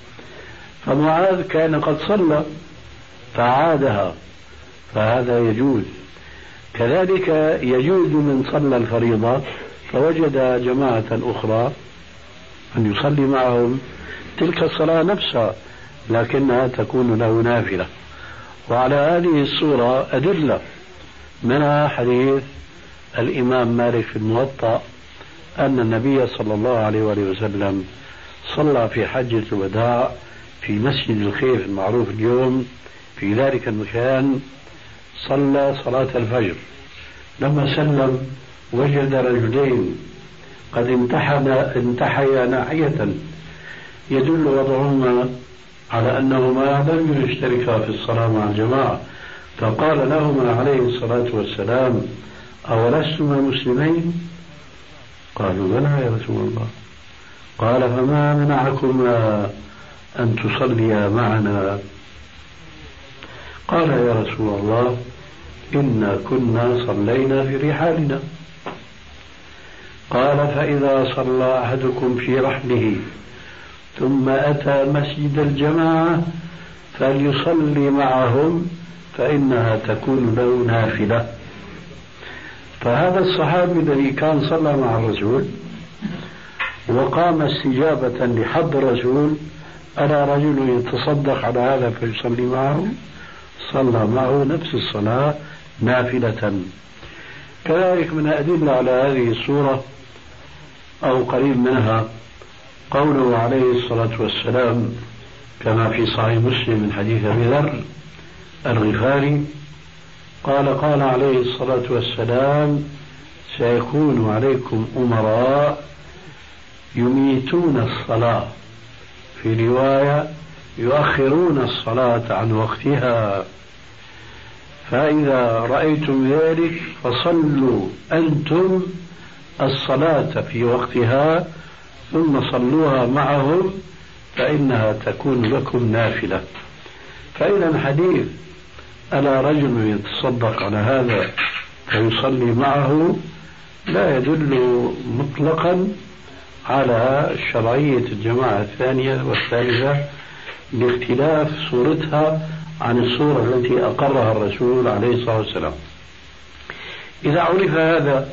فمعاذ كان قد صلى فعادها، فهذا يجوز. كذلك يجوز من صلى الفريضة فوجد جماعة أخرى أن يصلي معهم تلك الصلاة نفسها، لكنها تكون له نافلة. وعلى هذه الصورة أدلة، منها حديث الإمام مالك في الموطأ أن النبي صلى الله عليه وسلم صلى في حجة الوداع في مسجد الخيف المعروف اليوم في ذلك المكان، صلى صلاة الفجر. لما سلم وجد رجلين قد انتحيا ناحية يدل وضعهما على أنهما لم يشتركا في الصلاة مع الجماعة، فقال لهما عليه الصلاة والسلام: أولستما مسلمين؟ قالوا: بلى يا رسول الله. قال: فما منعكما أن تصليا معنا؟ قال: يا رسول الله إنا كنا صلينا في رحالنا. قال: فإذا صلى أحدكم في رحله ثم أتى مسجد الجماعة فليصلي معهم فإنها تكون له نافلة. فهذا الصحابي الذي كان صلى مع الرسول وقام استجابة لحض الرسول، ألا رجل يتصدق على هذا فيصلي معه؟ صلى معه نفس الصلاة نافلة. كذلك من الأدلة على هذه الصورة أو قريب منها قوله عليه الصلاة والسلام كما في صحيح مسلم من حديث أبي ذر الغفاري قال عليه الصلاة والسلام: سيكون عليكم أمراء يميتون الصلاة، في رواية يؤخرون الصلاة عن وقتها، فإذا رأيتم ذلك فصلوا أنتم الصلاة في وقتها ثم صلوها معهم فإنها تكون لكم نافلة. فإذا الحديث ألا رجل يتصدق على هذا فيصلي معه لا يدل مطلقا على شرعية الجماعة الثانية والثالثة لاختلاف صورتها عن الصورة التي أقرها الرسول عليه الصلاة والسلام. إذا عرف هذا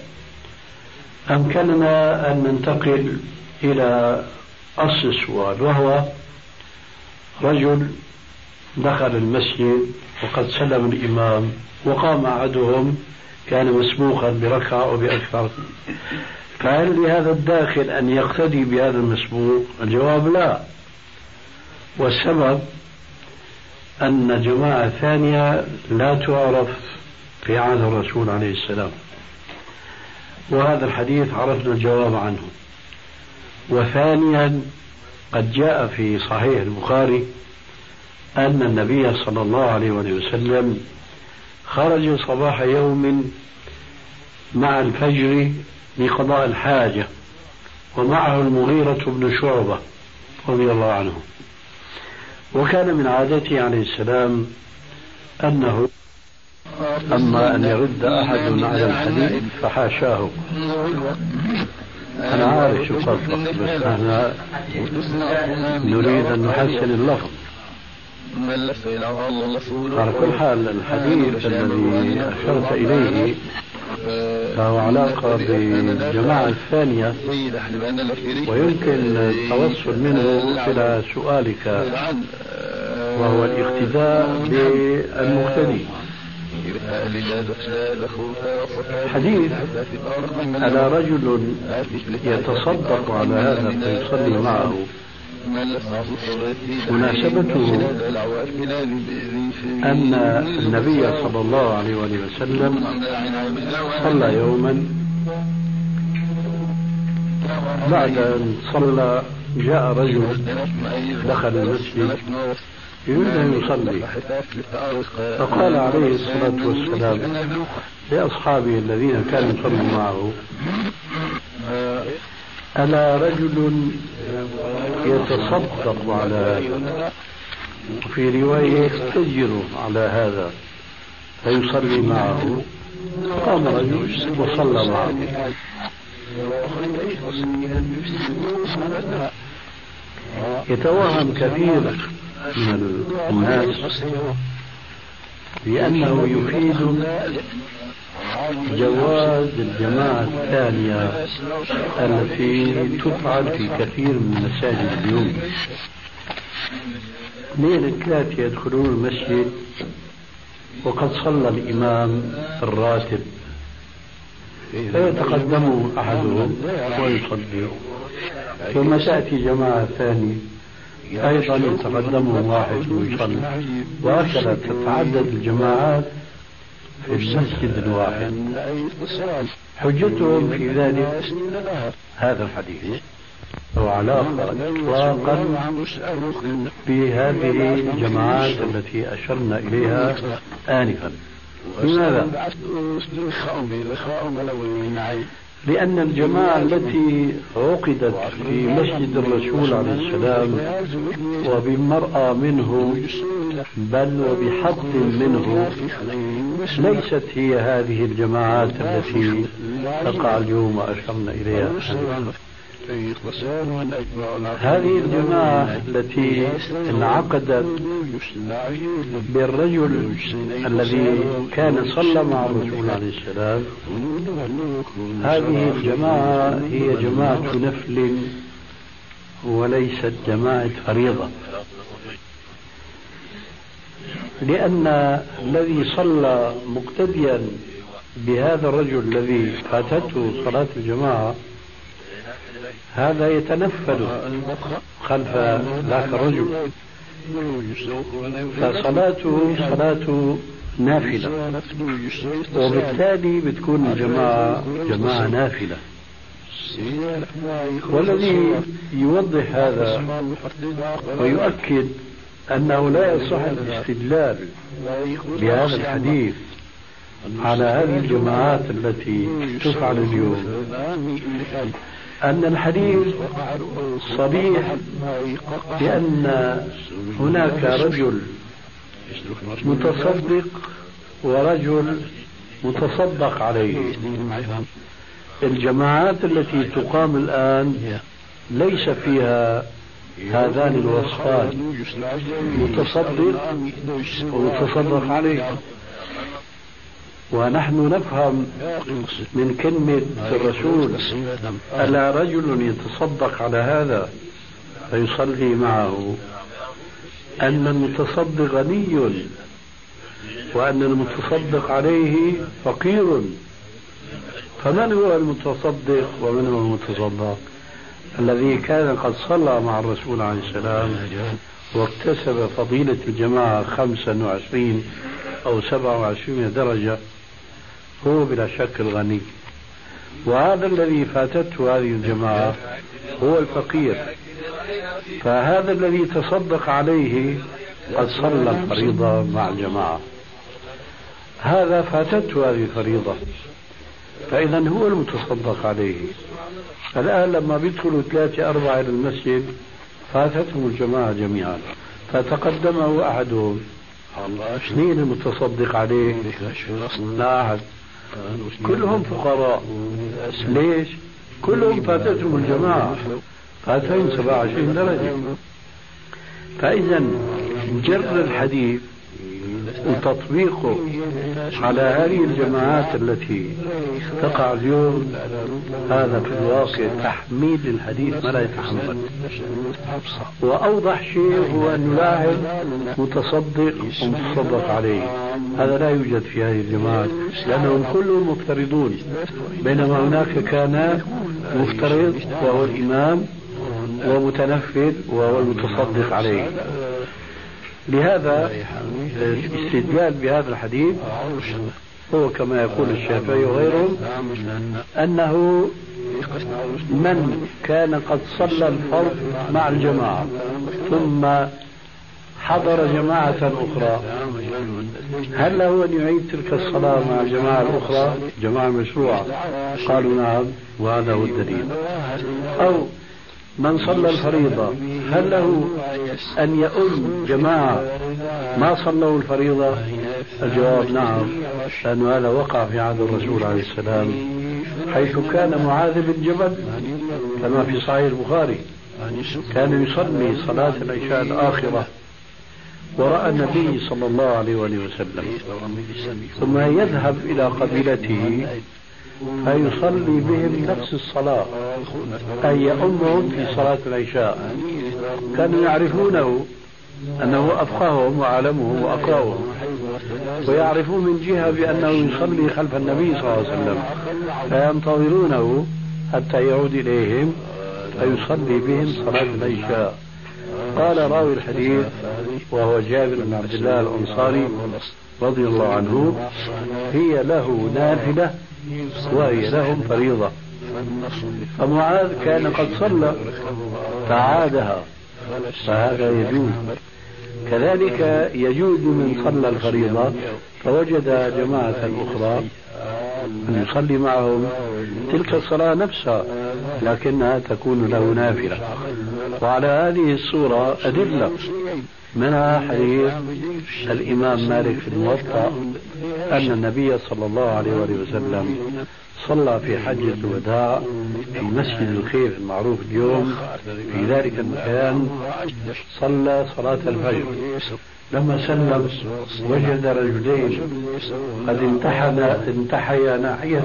أمكننا أن ننتقل إلى أصل السؤال، وهو رجل دخل المسجد وقد سلم الإمام وقام أحدهم كان مسبوقا بركعة أو بأكثر، فهل لهذا الداخل أن يقتدي بهذا المسبوق؟ الجواب لا، والسبب أن جماعة ثانية لا تعرف في عهد الرسول عليه السلام، وهذا الحديث عرفنا الجواب عنه. وثانيا قد جاء في صحيح البخاري أن النبي صلى الله عليه وسلم خرج صباح يوم مع الفجر لقضاء الحاجة ومعه المغيرة بن شعبة رضي الله عنه، وكان من عادته عليه السلام أنه أما أن يرد أحد على الحديث فحاشاه. أنا عارف شو صار، بس احنا نريد أن نحسن اللفظ. على كل حال الحديث الذي أشرت إليه له علاقة بالجماعة الثانية، ويمكن التوصل منه إلى سؤالك، وهو الاقتداء بالمقتدي. حديث على رجل يتصدق على هذا فيصلي معه، مناسبته أن النبي صلى الله عليه وسلم صلى يوما، بعد أن صلى جاء رجل دخل المسجد يريد أن يصلي، فقال عليه الصلاة والسلام لأصحابه الذين كانوا يصلوا معه: ألا رجل يتصدق على هذا، وفي رواية يستجر على هذا فيصلي معه؟ قام رجل وصلى معه. يتوهم كثير من الناس بأنه يفيد جواز الجماعة الثانية التي تفعل في كثير من مساجد اليوم. اثنين ثلاثة يدخلون المسجد وقد صلى الإمام الراتب، فيتقدم أحدهم ويصلي، ثم تأتي جماعة ثانية أيضا يتقدمهم واحد ويصلي، وهكذا تتعدد الجماعات في المسجد الواحد. حجتهم في ذلك هذا الحديث، وعلاقة إطلاقا بهذه الجماعات التي أشرنا إليها آنفا. لماذا؟ لأن الجماعة التي عقدت في مسجد الرسول عليه السلام وبالمرأة منه بل وبحد منه ليست هي هذه الجماعات التي تقع اليوم وأشرنا إليها. هذه الجماعة التي انعقدت بالرجل الذي كان صلى مع الرسول عليه السلام، هذه الجماعة هي جماعة نفل وليست جماعة فريضة، لأن الذي صلى مقتديا بهذا الرجل الذي فاتته صلاة الجماعة هذا يتنفل خلف ذاك الرجل، فصلاته صلاة نافلة، وبالتالي بتكون الجماعة جماعة نافلة. والذي يوضح هذا ويؤكد أنه لا يصح الاستدلال بهذا الحديث على هذه الجماعات التي تفعل اليوم أن الحديث صريح بأن هناك رجل متصدق ورجل متصدق عليه. الجماعات التي تقام الآن ليس فيها هذان الوصفان، متصدق ومتصدق عليه. ونحن نفهم من كلمة الرسول ألا رجل يتصدق على هذا فيصلي معه أن المتصدق غني وأن المتصدق عليه فقير. فمن هو المتصدق ومن هو المتصدق؟ الذي كان قد صلى مع الرسول عليه السلام واكتسب فضيلة الجماعة 25 أو 27 درجة هو بلا شك الغني، وهذا الذي فاتته هذه الجماعة هو الفقير. فهذا الذي تصدق عليه قد صلى الفريضة مع الجماعة، هذا فاتته هذه الفريضة، فإذا هو المتصدق عليه. الآن لما بيدخلوا 3-4 إلى المسجد فاتتهم الجماعة جميعا، فتقدمه أحدهم، مين المتصدق عليه؟ لا أحد، كلهم فقراء. ليش؟ كلهم فاتتهم الجماعة، فاتهم 27 درجة. فإذا جر الحديث وتطبيقه على هذه الجماعات التي تقع اليوم هذا في الواقع تحميل للحديث ما لا يتحمل. وأوضح شيء هو أن يلاحظ متصدق ومتصدق عليه، هذا لا يوجد في هذه الجماعات لأنهم كلهم مفترضون، بينما هناك كان مفترض وهو الإمام ومتنفذ وهو المتصدق عليه. لهذا الاستدلال بهذا الحديث هو كما يقول الشافعي وغيرهم أنه من كان قد صلى الفرض مع الجماعة ثم حضر جماعة أخرى، هل له أن يعيد تلك الصلاة مع الجماعة الأخرى جماعة مشروعة؟ قالوا نعم، وهذا هو الدليل. أو من صلى الفريضة هل له أن يؤم جماعة ما صلوا الفريضة؟ الجواب نعم، لأن هذا وقع في عهد الرسول عليه السلام، حيث كان معاذ بن جبل كما في صحيح البخاري كان يصلي صلاة العشاء الآخرة ورأى النبي صلى الله عليه وسلم، ثم يذهب إلى قبيلته فيصلي بهم نفس الصلاة، أي يؤمهم في صلاة العشاء. كانوا يعرفونه أنه أفقههم وأعلمهم وأقرأهم، ويعرفون من جهة بأنه يصلي خلف النبي صلى الله عليه وسلم، فينتظرونه حتى يعود إليهم فيصلي بهم صلاة العشاء. قال راوي الحديث وهو جابر بن عبد الله الأنصاري رضي الله عنه: هي له نافلة وهي لهم فريضة. فمعاذ كان قد صلى فعادها، فهذا يجوز. كذلك يجوز من صلى الفريضة فوجد جماعة أخرى أن يصلي معهم تلك الصلاة نفسها لكنها تكون له نافلة. وعلى هذه الصورة أدلة، منها حديث الإمام مالك في الموطأ أن النبي صلى الله عليه وسلم صلى في حجة الوداع في مسجد الخير المعروف اليوم في ذلك المكان، صلى صلاة الفجر. لما سلم وجد رجلين قد انتحيا ناحية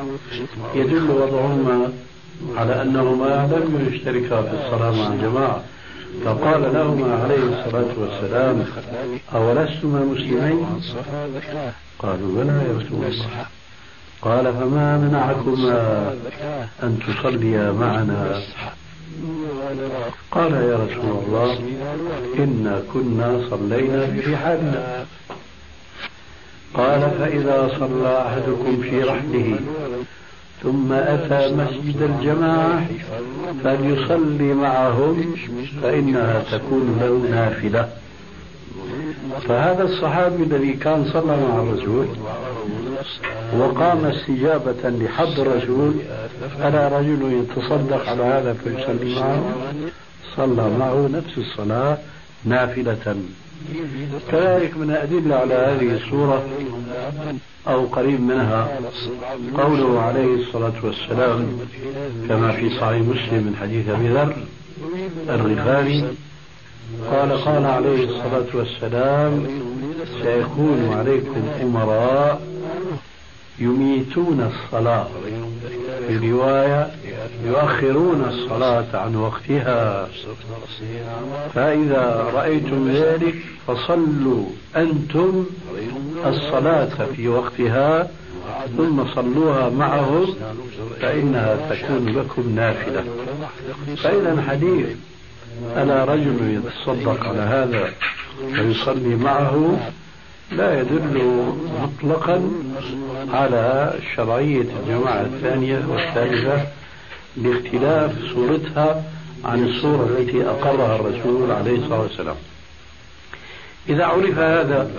يدل وضعهما على أنهما لم يشتركا في الصلاة مع الجماعة، فقال لهما عليه الصلاة والسلام: أولستما مسلمين؟ قالوا: بلى يا رسول الله. قال: فما منعكما أن تصليا معنا؟ قال: يا رسول الله إنا كنا صلينا في رحالنا. قال: فإذا صلى أحدكم في رحله ثم أتى مسجد الجماعة فليصلي معهم فإنها تكون له نافلة. فهذا الصحابي الذي كان صلى مع الرسول وقام استجابة لحض الرسول، ألا رجل يتصدق على هذا فيصلي معه؟ صلى معه نفس الصلاة نافلة. كذلك من الأدلة على هذه الصورة أو قريب منها قوله عليه الصلاة والسلام كما في صحيح مسلم من حديث أبي ذر الغفاري قال عليه الصلاة والسلام: سيكون عليكم أمراء يميتون الصلاة، في رواية يؤخرون الصلاة عن وقتها، فإذا رأيتم ذلك فصلوا أنتم الصلاة في وقتها ثم صلوها معهم فإنها تكون لكم نافلة. فإذا حديث ألا رجل يتصدق على هذا ويصلي معه لا يدل مطلقا على شرعية الجماعة الثانية والثالثة لاختلاف صورتها عن الصورة التي أقرها الرسول عليه الصلاة والسلام. إذا عرف هذا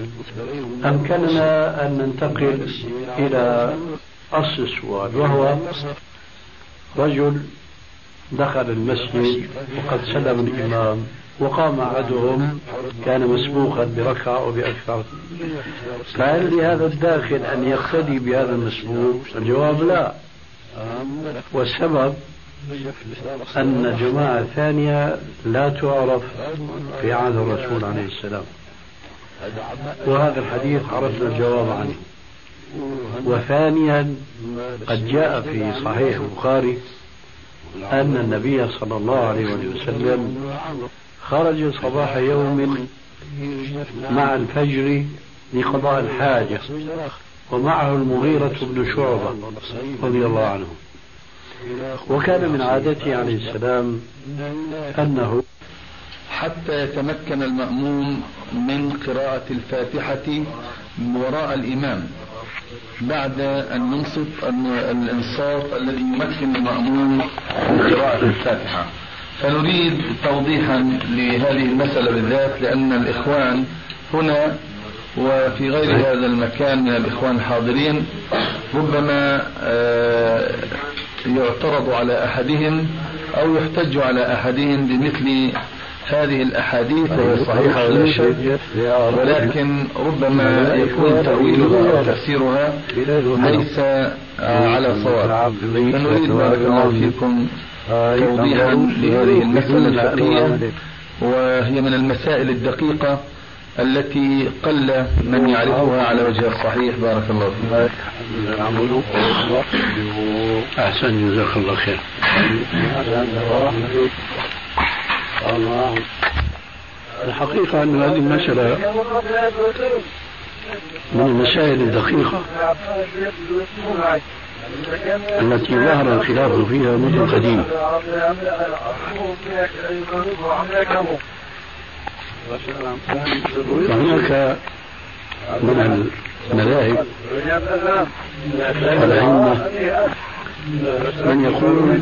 أمكننا أن ننتقل إلى أصل السؤال، وهو رجل دخل المسجد وقد سلم الإمام وقام أحدهم كان مسبوقا بركعة أو بأكثر، فهل لهذا الداخل أن يقتدي بهذا المسبوق؟ الجواب لا، والسبب أن جماعة ثانية لا تعرف في عهد الرسول عليه السلام. وهذا الحديث عرفنا الجواب عنه. وثانيا قد جاء في صحيح البخاري أن النبي صلى الله عليه وسلم خرج صباح يوم مع الفجر لقضاء الحاجة ومعه المغيرة بن شعبة رضي الله عنه. وكان من عادته عليه السلام أنه حتى يتمكن المأموم من قراءة الفاتحة وراء الإمام بعد أن ينصت الإنصات الذي يمكن المأموم من قراءة الفاتحة. فنريد توضيحا لهذه المسألة بالذات، لأن الإخوان هنا وفي غير هذا المكان من الإخوان الحاضرين ربما يعترض على أحدهم أو يحتج على أحدهم بمثل هذه الأحاديث وهي صحيحة ولا شك، ولكن ربما يكون تأويلها أو تفسيرها ليس على صواب. فنريد بارك الله فيكم توضيحا لهذه المسألة الفقهية، وهي من المسائل الدقيقة التي قل من يعرفها على وجه الصحيح. بارك الله فيك. أحسن، جزاك الله خير. الحقيقة أن هذه المسألة من المسائل الدقيقة التي ظهر الخلاف فيها منذ قديم. وهناك من المذاهب والأئمة من يقول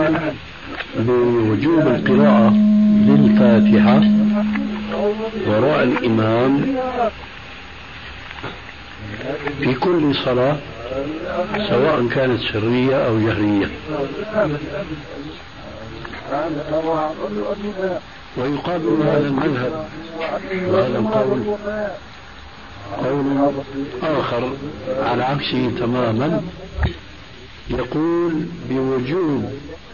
بوجوب القراءة للفاتحة وراء الإمام في كل صلاة سواء كانت سرية أو جهرية. ويقابل هذا المذهب وهذا القول قول آخر على عكسه تماما، يقول بوجوب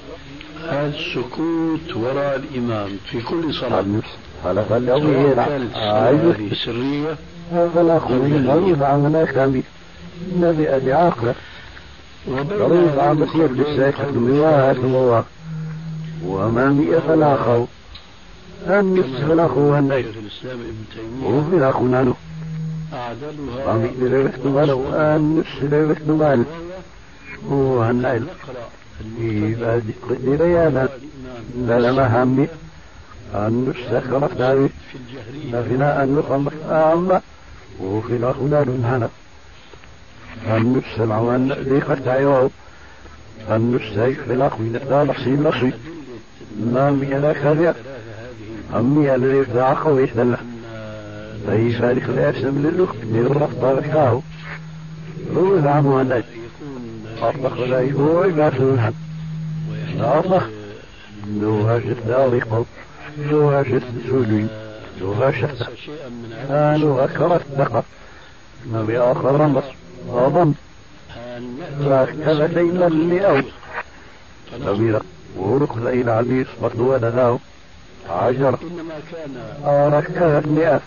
السكوت وراء الإمام في كل صلاة سواء كانت صلاة سرية فلا خروج عن كامل الذي أدي عاقله ضريب عن بسيط للشيخ المواهب وما فلا خو أن يسفل أخوه النيل وفي الأخونا له ومن لرفت ولو أن يسفل رفت مال هو النيل إذا ذكرت بيانا لما همي أن يسفل أفتاري لغنا أن يخمس أعمى وفي الأخونا لنهنا أن يسفل عوان ذيقت عيوه أن يسفل في الأخونا لا نحسين نصي ما ميلا كذا أمي الذي يفتح خويش له ليس ذلك لا يسمى للوك للرفض ركاه روز عمو النجم أطلق لا يهوى يباسل الهم أطلق لوها شفت أريقه لوها شفت سولي لوها شفت لوها كرت دقة ما بآخر رمض أظن فكذا ديما لأول كبيرة ورق ليل عليه صفت ولداه عشرة ركعت 100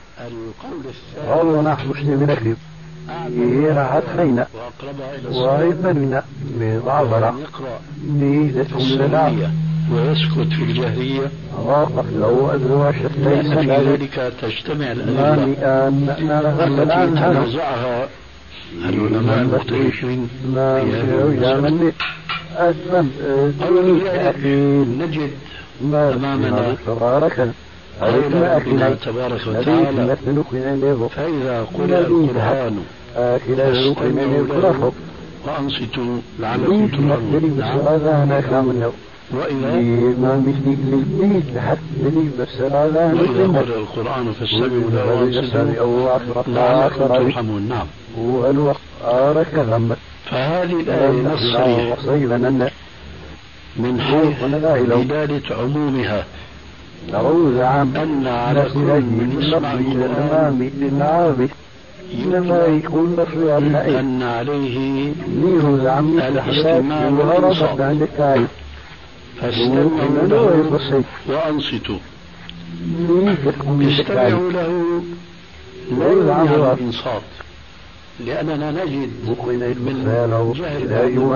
والله نحن مسلم نكذب هي راحت خينا وإذننا بضعبرة نيزة لنا ويسكت في الجهرية واقف لو أدروا ليس في ذلك تجتمع الأدلة التي تنازعها العلماء المختلفين نجد أمامنا قول تبارك وتعالى فإذا قرأ القرآن فاستمعوا له وأنصتوا لعلكم ترحمون. وإذا قرأ القرآن فاستمعوا له وأنصتوا لعلكم ترحمون. نعم. فهذه الآية نصرية من حيث دلالة عمومها أن على كل من يسمع القرآن إنما يكون بصري أن عليه الاستماع والإنصات فاستمعوا له وأنصتوا. استمعوا له على الإنصات، لأننا نجد من جهل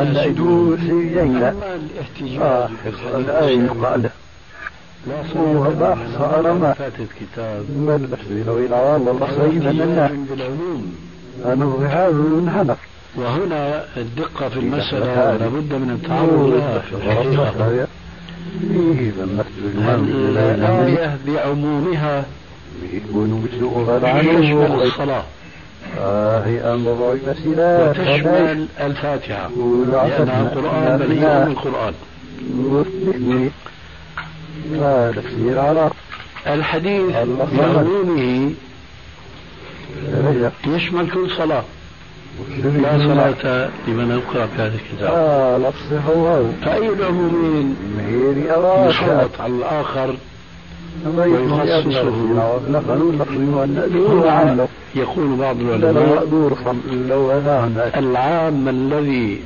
الاحتجاج لا صار صار ما فاتت كتاب بل لو العوام والله بالعلوم أنا ظهار من حنف. وهنا الدقة في المسألة لابد من التعرض لها في الحقيقة. الآية بعمومها تشمل الصلاة وتشمل الفاتحة لأنها القرآن بل هي أم القرآن. الحديث بعمومه يشمل كل صلاة، لا صلاة لمن يقرأ في هذا الكتاب. فأي العمومين يسلط على الآخر ويخصصه. يقول بعض العلماء العام الذي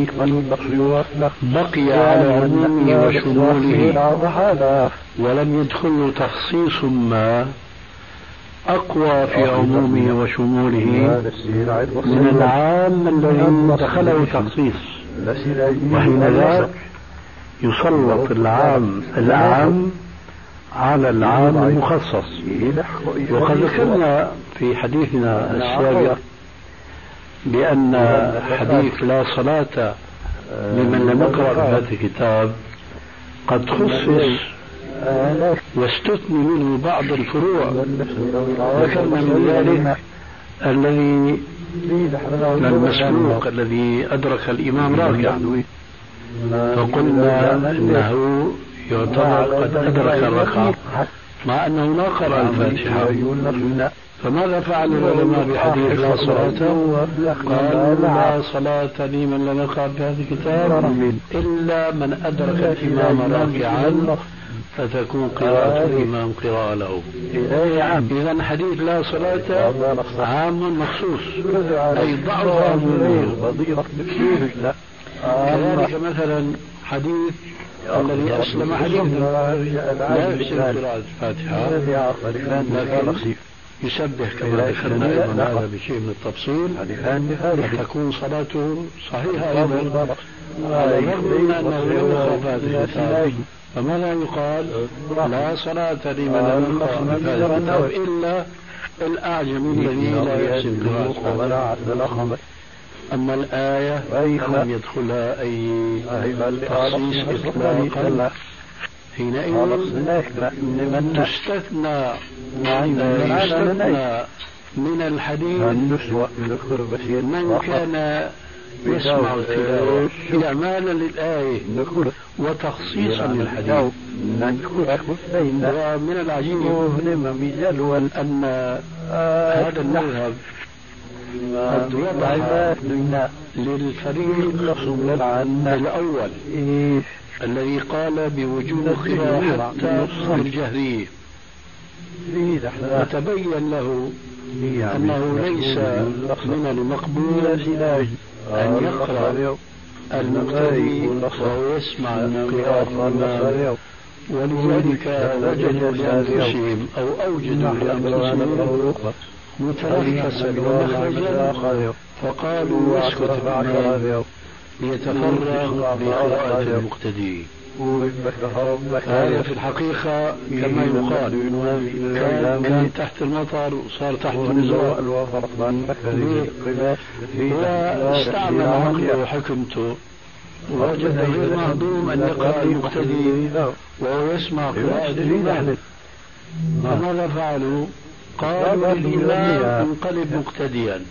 بقي على عمومه وشموله ولم يدخله تخصيص ما أقوى في عمومه وشموله من العام الذي دخله تخصيص، وحينذاك يسلط العام على العام المخصص. وقد ذكرنا في حديثنا السابق بأن حديث لا صلاة لمن لم يقرأ في هذا الكتاب قد خصص واستثني منه بعض الفروع. ذكرنا من ذلك الذي المسبوق الذي أدرك الإمام راكع، فقلنا إنه يعتبر قد أدرك الركعة مع أنه لا قرأ الفاتحة. فماذا فعل العلماء بحديث لا صلاة؟ قالوا لا صلاة لمن لم يقرأ بهذا الكتاب إلا من أدرك الإمام راكعا فتكون قراءة الإمام قراءة له. إذا حديث لا صلاة عام مخصوص، أي ضعف عمومه. كذلك مثلا حديث الذي أسلم حديث لا يحسن قراءة الفاتحة لكن يسبح كما ذكرنا أيضا هذا بشيء من التفصيل تكون صلاته صحيحة أيضا على الرغم من أنه يوقف هذا الكتاب. فماذا يقال؟ لا صلاة لمن لم يقرأ هذا الكتاب إلا الأعجم الذي لا يحسن قراءة. أما الآية لم يدخلها أي تخصيص إطلاقا، حينئذ تستثنى من الحديث من كان يسمع التلاوة إعمالا للآية وتخصيصا للحديث. ومن العجيب أن هذا المذهب قد وضع للفريق الأول الذي قال بوجوب القراءة حتى بالجهرية، وتبين له أنه ليس من المقبول أن يقرأ المقتدي وهو يسمع قراءة الإمام، ولذلك وجدوا لأنفسهم أو أوجدوا لأنفسهم متنفسا ومخرجا فقالوا اسكت الإمام ليتفرغ لقراءة المقتدي. هذا في الحقيقة كما يقال كان تحت المطر وصار تحت النزوع، واستعمل عقله وحكمته ووجد غير مهضوم أن يقرأ المقتدي وهو يسمع قراءة الإمام. فماذا فعلوا؟ قالوا للإمام انقلب مقتديا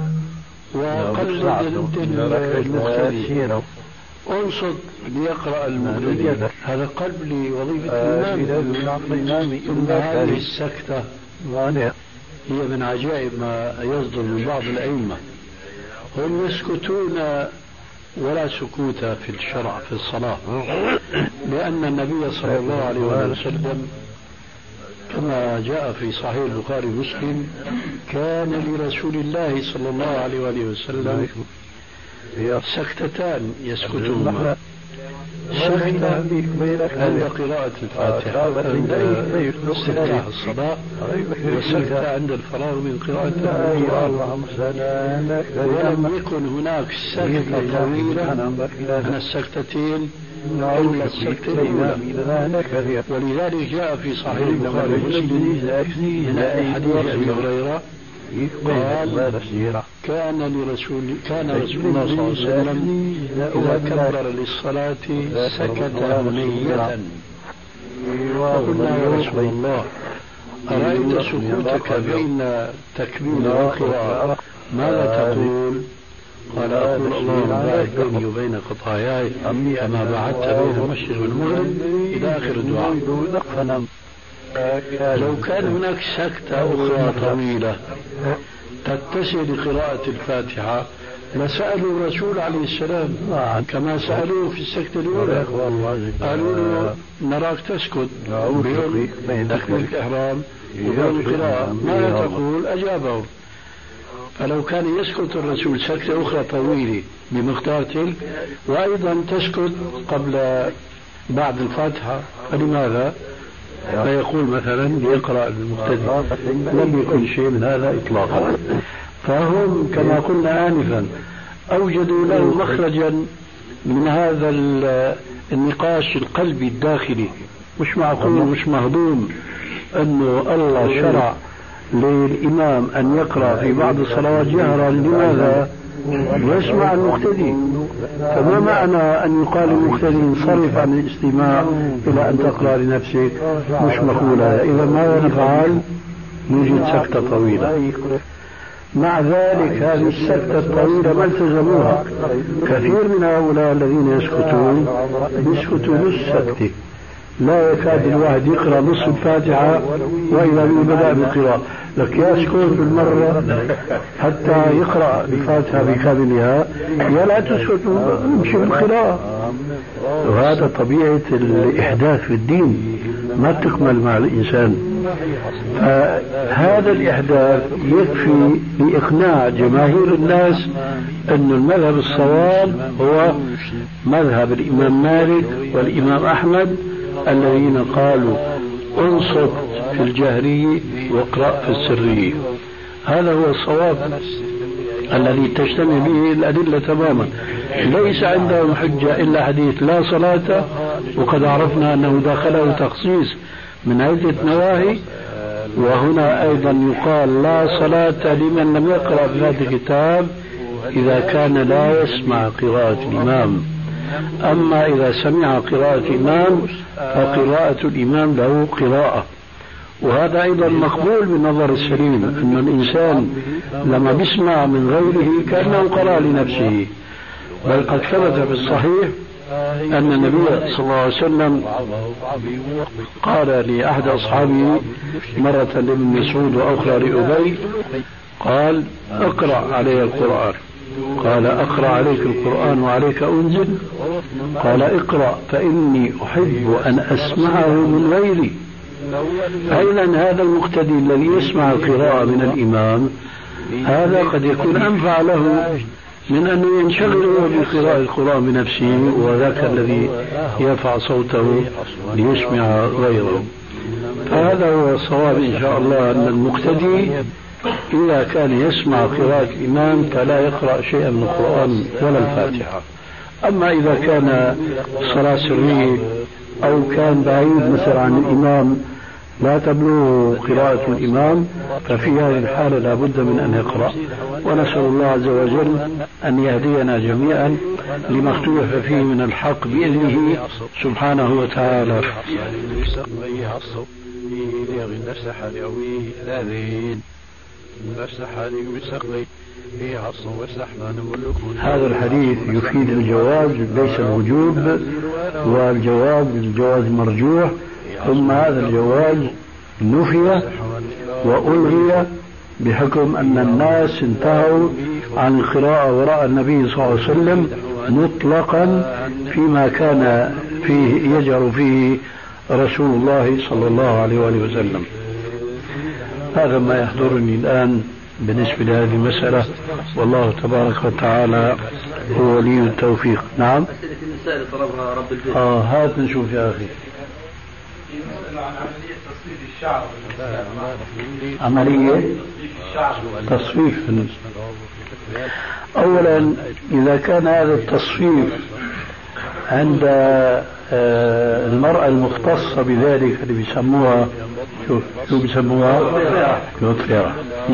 وقلد المقتدي انصت ليقرأ المقتدي. هذا قلب لوظيفة الإمام. ثم هذه السكتة هي من عجائب ما يصدر من بعض الأئمة، هم يسكتون ولا سكوت في الشرع في الصلاة، لأن النبي صلى الله عليه وسلم كما جاء في صحيح البخاري ومسلم كان لرسول الله صلى الله عليه وسلم سكتتان يسكتهما، سكتة عند قراءة الفاتحة استفتاح الصلاة، وسكتة عند الفراغ من قراءة القرآن، ولم يكن هناك سكتة طويلة من السكتتين أولى السكتة الأولى. ولذلك جاء في صحيح البخاري ومسلم من حديث أبي هريرة قال كان رسول الله صلى الله عليه وسلم إذا كبر للصلاة سكت هنية، فقلنا يا رسول الله أرأيت سكوتك بين تكبير وقراءة ماذا تقول؟ قال أقول اللهم باعد بيني وبين خطاياي كما بعدت بين المشرق والمغرب إلى آخر الدعاء. لو كان هناك سكتة أخرى طويلة تتسع لقراءة الفاتحة لسألوا الرسول عليه السلام كما سألوه في السكتة الأولى، قالوا له نراك تسكت بين تكبيرة الإحرام وبين القراءة ماذا تقول؟ أجابه. فلو كان يسكت الرسول سكتة أخرى طويلة بمقدار تلك وأيضا تسكت بعد الفاتحة فلماذا؟ فيقول مثلا ليقرأ المبتدئ، لم يكن شيء من هذا إطلاقا. فهم كما قلنا آنفا أوجدوا له مخرجا من هذا النقاش القلبي الداخلي. مش معقول مش مهضوم أنه الله شرع للإمام أن يقرأ في بعض الصلوات جهرا، لماذا؟ يسمع المقتدي. فما معنى أن يقال المقتدي انصرف عن الاستماع إلى أن تقرأ لنفسك؟ مش مقولة. إذا ماذا نفعل؟ نوجد سكتة طويلة. مع ذلك هذه السكتة الطويلة ما التزموها. كثير من هؤلاء الذين يسكتون يسكتوا نص سكتة، لا يكاد الواحد يقرأ نصف الفاتحة وإذا بدأ بالقراءة لك يسكت بالمرة حتى يقرأ الفاتحة بكاملها، يا لا تسكت امشي بالقراءة. وهذا طبيعة الإحداث في الدين ما تكمل مع الإنسان. فهذا الإحداث يكفي لإقناع جماهير الناس أن المذهب الصواب هو مذهب الإمام مالك والإمام أحمد الذين قالوا انصت في الجهري واقرأ في السري. هذا هو الصواب الذي تجتمع به الأدلة تماما. ليس عندهم حجة إلا حديث لا صلاة، وقد عرفنا أنه داخله تخصيص من عدة نواهي. وهنا أيضا يقال لا صلاة لمن لم يقرأ في هذا الكتاب إذا كان لا يسمع قراءة الإمام. أما إذا سمع قراءة الإمام فقراءة الإمام له قراءة. وهذا أيضا مقبول بالنظر السليم، أن الإنسان لما بيسمع من غيره كأنه قرأ لنفسه. بل قد ثبت في الصحيح أن النبي صلى الله عليه وسلم قال لأحد أصحابه مرة لابن مسعود وأخرى لأبي، قال اقرأ علي القرآن. قال أقرأ عليك القرآن وعليك أنزل؟ قال اقرأ فإني أحب أن أسمعه من غيري. أيضا هذا المقتدي الذي يسمع القراءة من الإمام هذا قد يكون أنفع له من أن ينشغل بقراءة القرآن بنفسه، وذاك الذي يرفع صوته ليسمع غيره. فهذا هو الصواب إن شاء الله، أن المقتدي إذا كان يسمع قراءة الإمام فلا يقرأ شيئا من القرآن ولا الفاتحة. أما إذا كان صلاة سرية أو كان بعيد مثلا عن الإمام لا تبلغ قراءة الإمام، ففي هذه الحالة لا بد من أن يقرأ. ونسأل الله عز وجل أن يهدينا جميعا لما اختلف فيه من الحق بإذنه سبحانه وتعالى. هذا الحديث يفيد الجواز ليس الوجوب، والجواز مرجوح. ثم هذا الجواز نفي وألغي بحكم أن الناس انتهوا عن القراءة وراء النبي صلى الله عليه وسلم مطلقا فيما كان فيه يجهر فيه رسول الله صلى الله عليه وآله وسلم. هذا ما يحضرني الآن بالنسبة لهذه المسألة، والله تبارك وتعالى هو ولي التوفيق. نعم. أسئلة النساء اللي طلبها رب البيت. هات نشوف يا أخي. يسأل عن عملية تصفيف الشعر. عملية تصفيف. أولا إذا كان هذا التصفيف عند المرأة المختصة بذلك اللي بيسموها شو بيسموها؟ كلوتريا.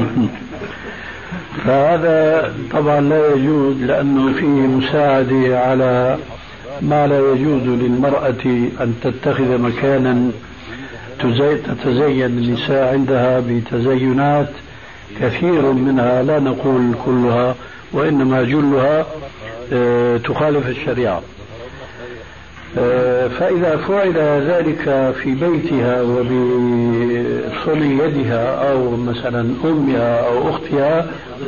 فهذا طبعا لا يجوز، لأنه فيه مساعدة على ما لا يجوز للمرأة أن تتخذ مكانا تتزين النساء عندها بتزينات كثير منها، لا نقول كلها وإنما جلها تخالف الشريعة. فإذا فعل ذلك في بيتها وبصنع يدها أو مثلا أمها أو أختها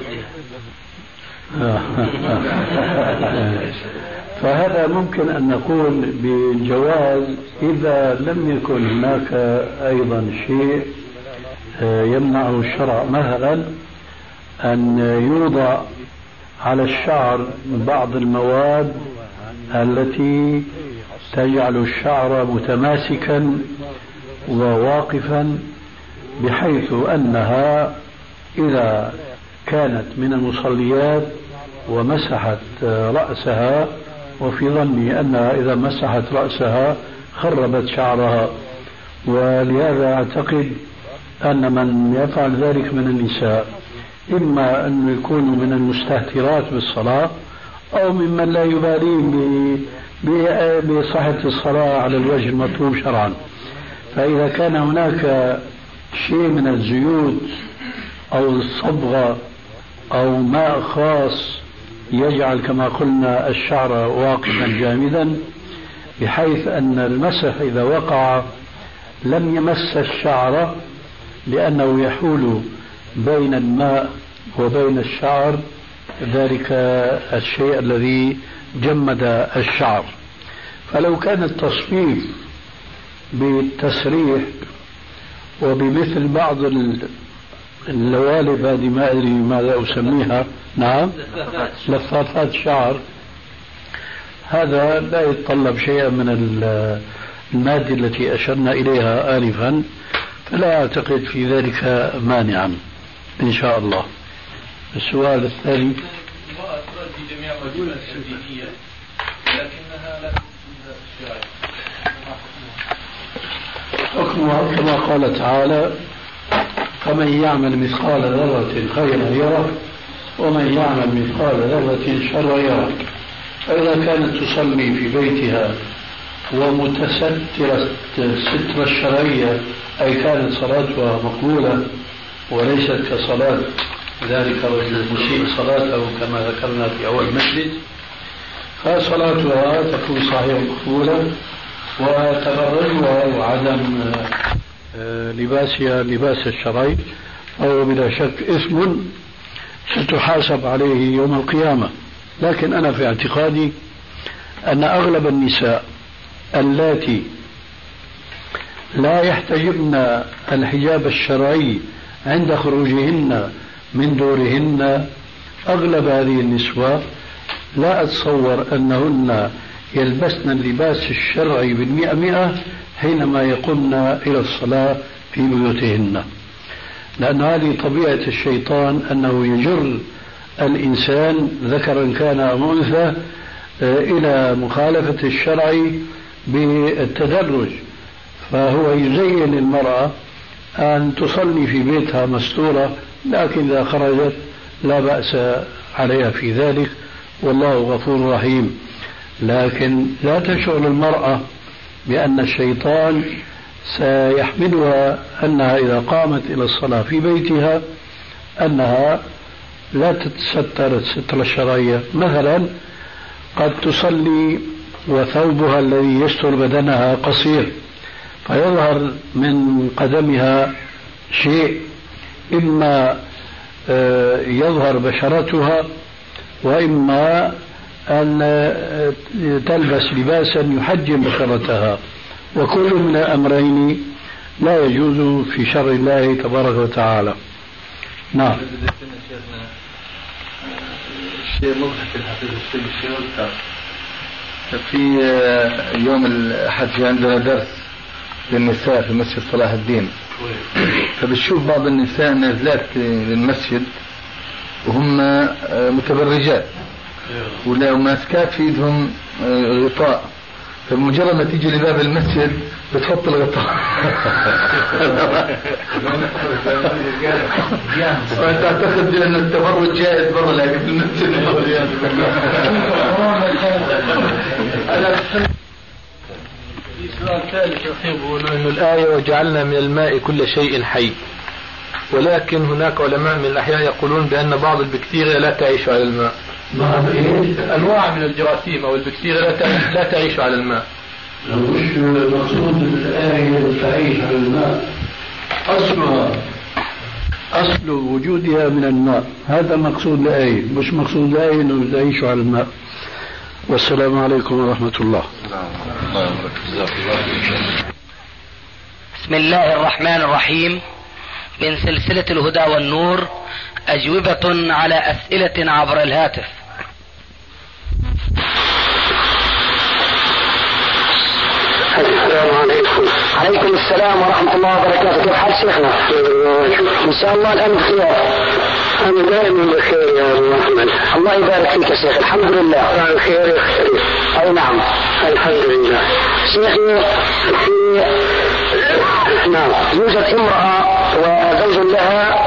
فهذا ممكن أن نقول بالجواز إذا لم يكن هناك أيضا شيء يمنعه الشرع، مثلا أن يوضع على الشعر بعض المواد التي تجعل الشعر متماسكا وواقفا، بحيث أنها إذا كانت من المصليات ومسحت رأسها، وفي ظني أنها إذا مسحت رأسها خربت شعرها، ولهذا أعتقد أن من يفعل ذلك من النساء إما أن يكونوا من المستهترات بالصلاة أو ممن لا يبالين بصحة الصلاة على الوجه المطلوب شرعا. فإذا كان هناك شيء من الزيوت أو الصبغة أو ماء خاص يجعل كما قلنا الشعر واقفا جامدا، بحيث أن المسح إذا وقع لم يمس الشعر لأنه يحول بين الماء وبين الشعر، ذلك الشيء الذي جمد الشعر. فلو كان التصفيف بالتسريح وبمثل بعض اللوالب هذه ما أدري ماذا أسميها، نعم لفافات شعر، هذا لا يتطلب شيئا من المادة التي أشرنا إليها آنفا، فلا أعتقد في ذلك مانعا إن شاء الله. السؤال الثاني: امرأة تؤدي جميع واجبات الدينية لكنها لا تؤدي الشرعية، حكمها كما قال تعالى: فمن يعمل مثقال ذرة خيرا يره ومن يعمل مثقال ذرة شرا يره. فإذا كانت تصلي في بيتها ومتسترة ستر الشرعية، أي كانت صلاتها مقبولة وليست كصلاة ذلك الرجل المسيء صلاته كما ذكرنا في أول مجلس، فصلاتها تكون صحيحة مقبولة، وتبرجها وعدم لباسها لباس الشرعي فهو بلا شك إثم ستحاسب عليه يوم القيامة. لكن أنا في اعتقادي أن أغلب النساء اللاتي لا يحتجبن الحجاب الشرعي عند خروجهن من دورهن، أغلب هذه النسوة لا أتصور أنهن يلبسن اللباس الشرعي 100% حينما يقمن إلى الصلاة في بيوتهن، لأن هذه طبيعة الشيطان أنه يجر الإنسان ذكرا كان أو أنثى إلى مخالفة الشرع بالتدرج، فهو يزين المرأة أن تصلي في بيتها مستورة، لكن إذا خرجت لا بأس عليها في ذلك، والله غفور رحيم. لكن لا تشعر المرأة بأن الشيطان سيحملها أنها إذا قامت إلى الصلاة في بيتها أنها لا تتستر الستر الشرعية. مثلا قد تصلي وثوبها الذي يستر بدنها قصير، فيظهر من قدمها شيء، إما يظهر بشرتها وإما أن تلبس لباسا يحجم بشرتها، وكل من الأمرين لا يجوز في شرع الله تبارك وتعالى. نعم. شيء مضحك الحقيقة الشيء في يوم الأحد في عندنا درس للنساء في مسجد صلاح الدين، فبتشوف بعض النساء نازلات للمسجد وهم متبرجات وماسكات في ايدهم غطاء، فمجرد ما تيجي لباب المسجد بتحط الغطاء. وانت تعتقد بان التبرج جائز برا لكن في المسجد في سؤال ثالث أخير بيقولوا أنه الآية وجعلنا من الماء كل شيء حي، ولكن هناك علماء من الأحياء يقولون بأن بعض البكتيريا لا تعيش على الماء. أنواع من الجراثيم أو البكتيريا لا تعيش على الماء. مش مقصود الآية تعيش على الماء، أصل وجودها من الماء، هذا مقصود الآية، مش مقصود الآية أنه تعيش على الماء. والسلام عليكم ورحمة الله. بسم الله الرحمن الرحيم. من سلسلة الهدى والنور، أجوبة على أسئلة عبر الهاتف. السلام عليكم. عليكم السلام ورحمة الله وبركاته. كيف حال شيخنا؟ إن شاء الله الآن بخير. أنا دائما بخير يا أبو أحمد. الله يبارك فيك يا شيخ. الحمد لله. الخير يختلف. أي نعم. الحمد لله. شيخي نعم، يوجد امرأة وزوج لها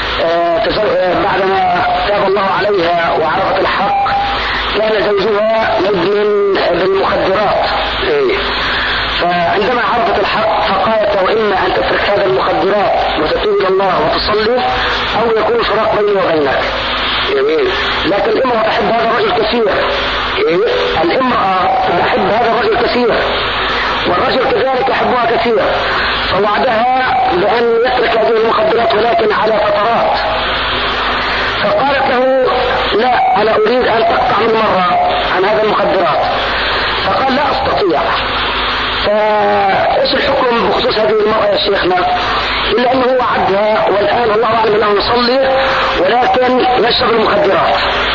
بعدما تاب الله عليها وعرفت الحق كان زوجها مدمن بالمخدرات، فعندما عرفت الحق فقالت وإما أن تترك هذا المخدرات وتتوب إلى الله وتصلي أو يكون فراق بيني وبينك. جميل. لكن الامرأة تحب هذا الرجل كثير. الامرأة تحب هذا الرجل كثير والرجل كذلك يحبها كثير، فوعدها بأن يترك هذه المخدرات ولكن على فترات، فقالت له لا أنا أريد أن تقطع من مرة عن هذه المخدرات، فقال لا أستطيع. فإيش الحكم بخصوص هذه المرأة يا شيخنا؟ إلا أنه وعدها والآن الله أعلم أنه يصلي ولكن يشرب المخدرات.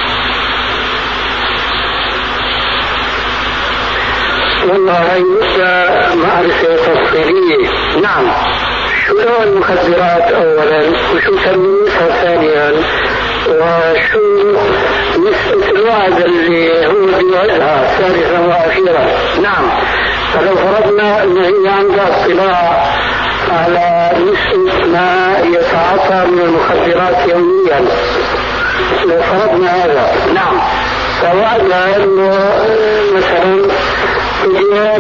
والله يبدأ معرفة تفصيلية. نعم. شو نوع المخدرات أولا، وشو تمييزها ثانيا، وشو نسبة الوعد اللي هو بيوعدها ثالثا وأخيرا. نعم. فلو فرضنا أن هي عندها اطلاع على نسبة ما يتعاطى من المخدرات يوميا، لو فرضنا هذا نعم، فوعدنا أنه مثلا أيام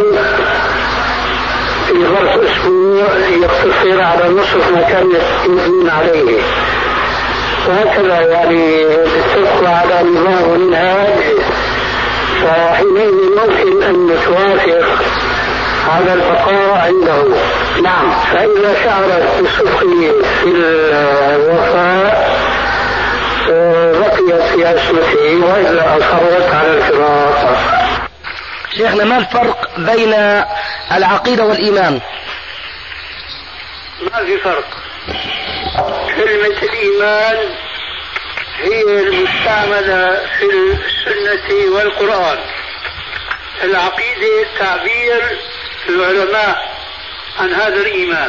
في ظرف أسبوع يقتصر على نصف ما كان يدين عليه، وهكذا يعني بالتبقى على نظام ومنهاج، فحينئذ ممكن أن نتوافق على البقاء عنده. نعم. فإذا شعرت بصدق في الوفاء بقيت في عصمته، وإذا أصرت على الفراق. شيخنا ما الفرق بين العقيدة والإيمان؟ ما في فرق. كلمة الإيمان هي المستعملة في السنة والقرآن. العقيدة تعبير العلماء عن هذا الإيمان.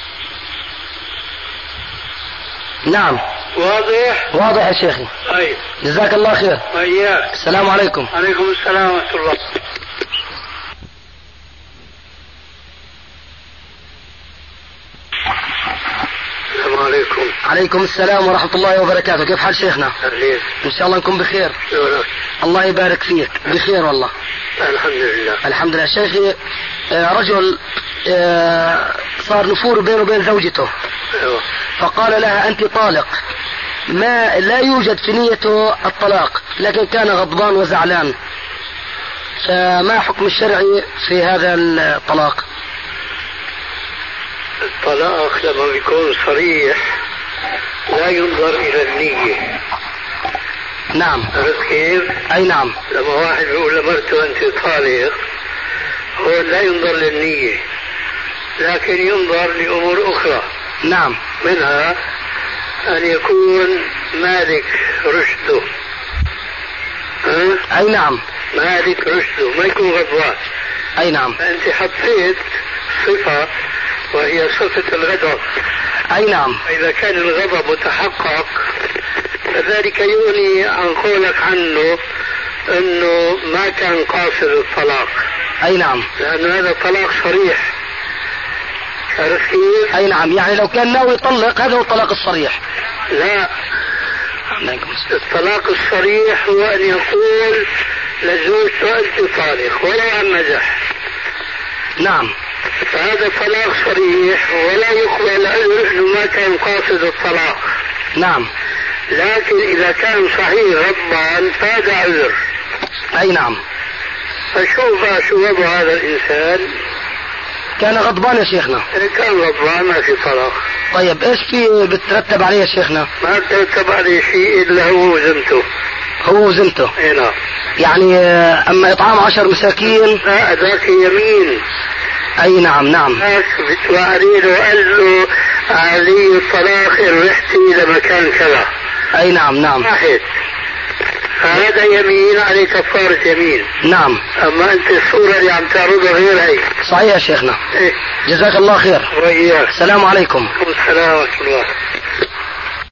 نعم. واضح؟ واضح يا شيخي. طيب. جزاك الله خير. وإياك. السلام عليكم. عليكم السلام ورحمة الله. السلام عليكم. عليكم السلام ورحمة الله وبركاته. كيف حال شيخنا؟ أهلين. إن شاء الله نكون بخير. الله يبارك فيك. بخير والله. الحمد لله. الحمد لله. شيخي رجل صار نفور بينه وبين زوجته، فقال لها أنت طالق، ما لا يوجد في نيته الطلاق لكن كان غضبان وزعلان، فما حكم الشرعي في هذا الطلاق؟ الطلاق لما بيكون صريح لا ينظر إلى النية. نعم. عرفت كيف؟ أي نعم. لما واحد بيقول لمرته أنت طالق هو لا ينظر للنية لكن ينظر لأمور أخرى. نعم. منها أن يكون مالك رشده. أي نعم. مالك رشده ما يكون غضبان. أي نعم. أنت حطيت صفة وهي صفة الغضب. أي نعم. إذا كان الغضب متحقق فذلك يغني عن قولك عنه أنه ما كان قاصد الطلاق. أي نعم. لأن هذا طلاق صريح. عرفت كيف؟ أي نعم، يعني لو كان ناوي يطلق هذا هو الطلاق الصريح. لا، الطلاق الصريح هو أن يقول لزوجته أنت طالق ولو عن مزح. نعم. فهذا طلاق صريح ولا يقبل عذر أنه ما كان قاصد الطلاق. نعم. لكن إذا كان صحيح غضبان فهذا عذر. أي نعم. فشوف وضع هذا الإنسان. كان غضبان يا شيخنا. إذا كان غضبان ما في طلاق. طيب إيش في بترتب عليه يا شيخنا؟ ما بترتب عليه شيء إلا هو وزنته. هو وزنته. إيه نعم. يعني أما إطعام 10 مساكين. لا ذاك يمين. أي نعم نعم. ذاك بتوعدي له وقال له علي الطلاق إن رحتي لمكان كذا. أي نعم نعم. واحد. هذا يمين عليه كفارة يمين. نعم. أما أنت الصورة اللي عم تعرضها غير هي. صحيح يا شيخنا. إيه؟ جزاك الله خير. وإياك. السلام عليكم. السلام ورحمة الله.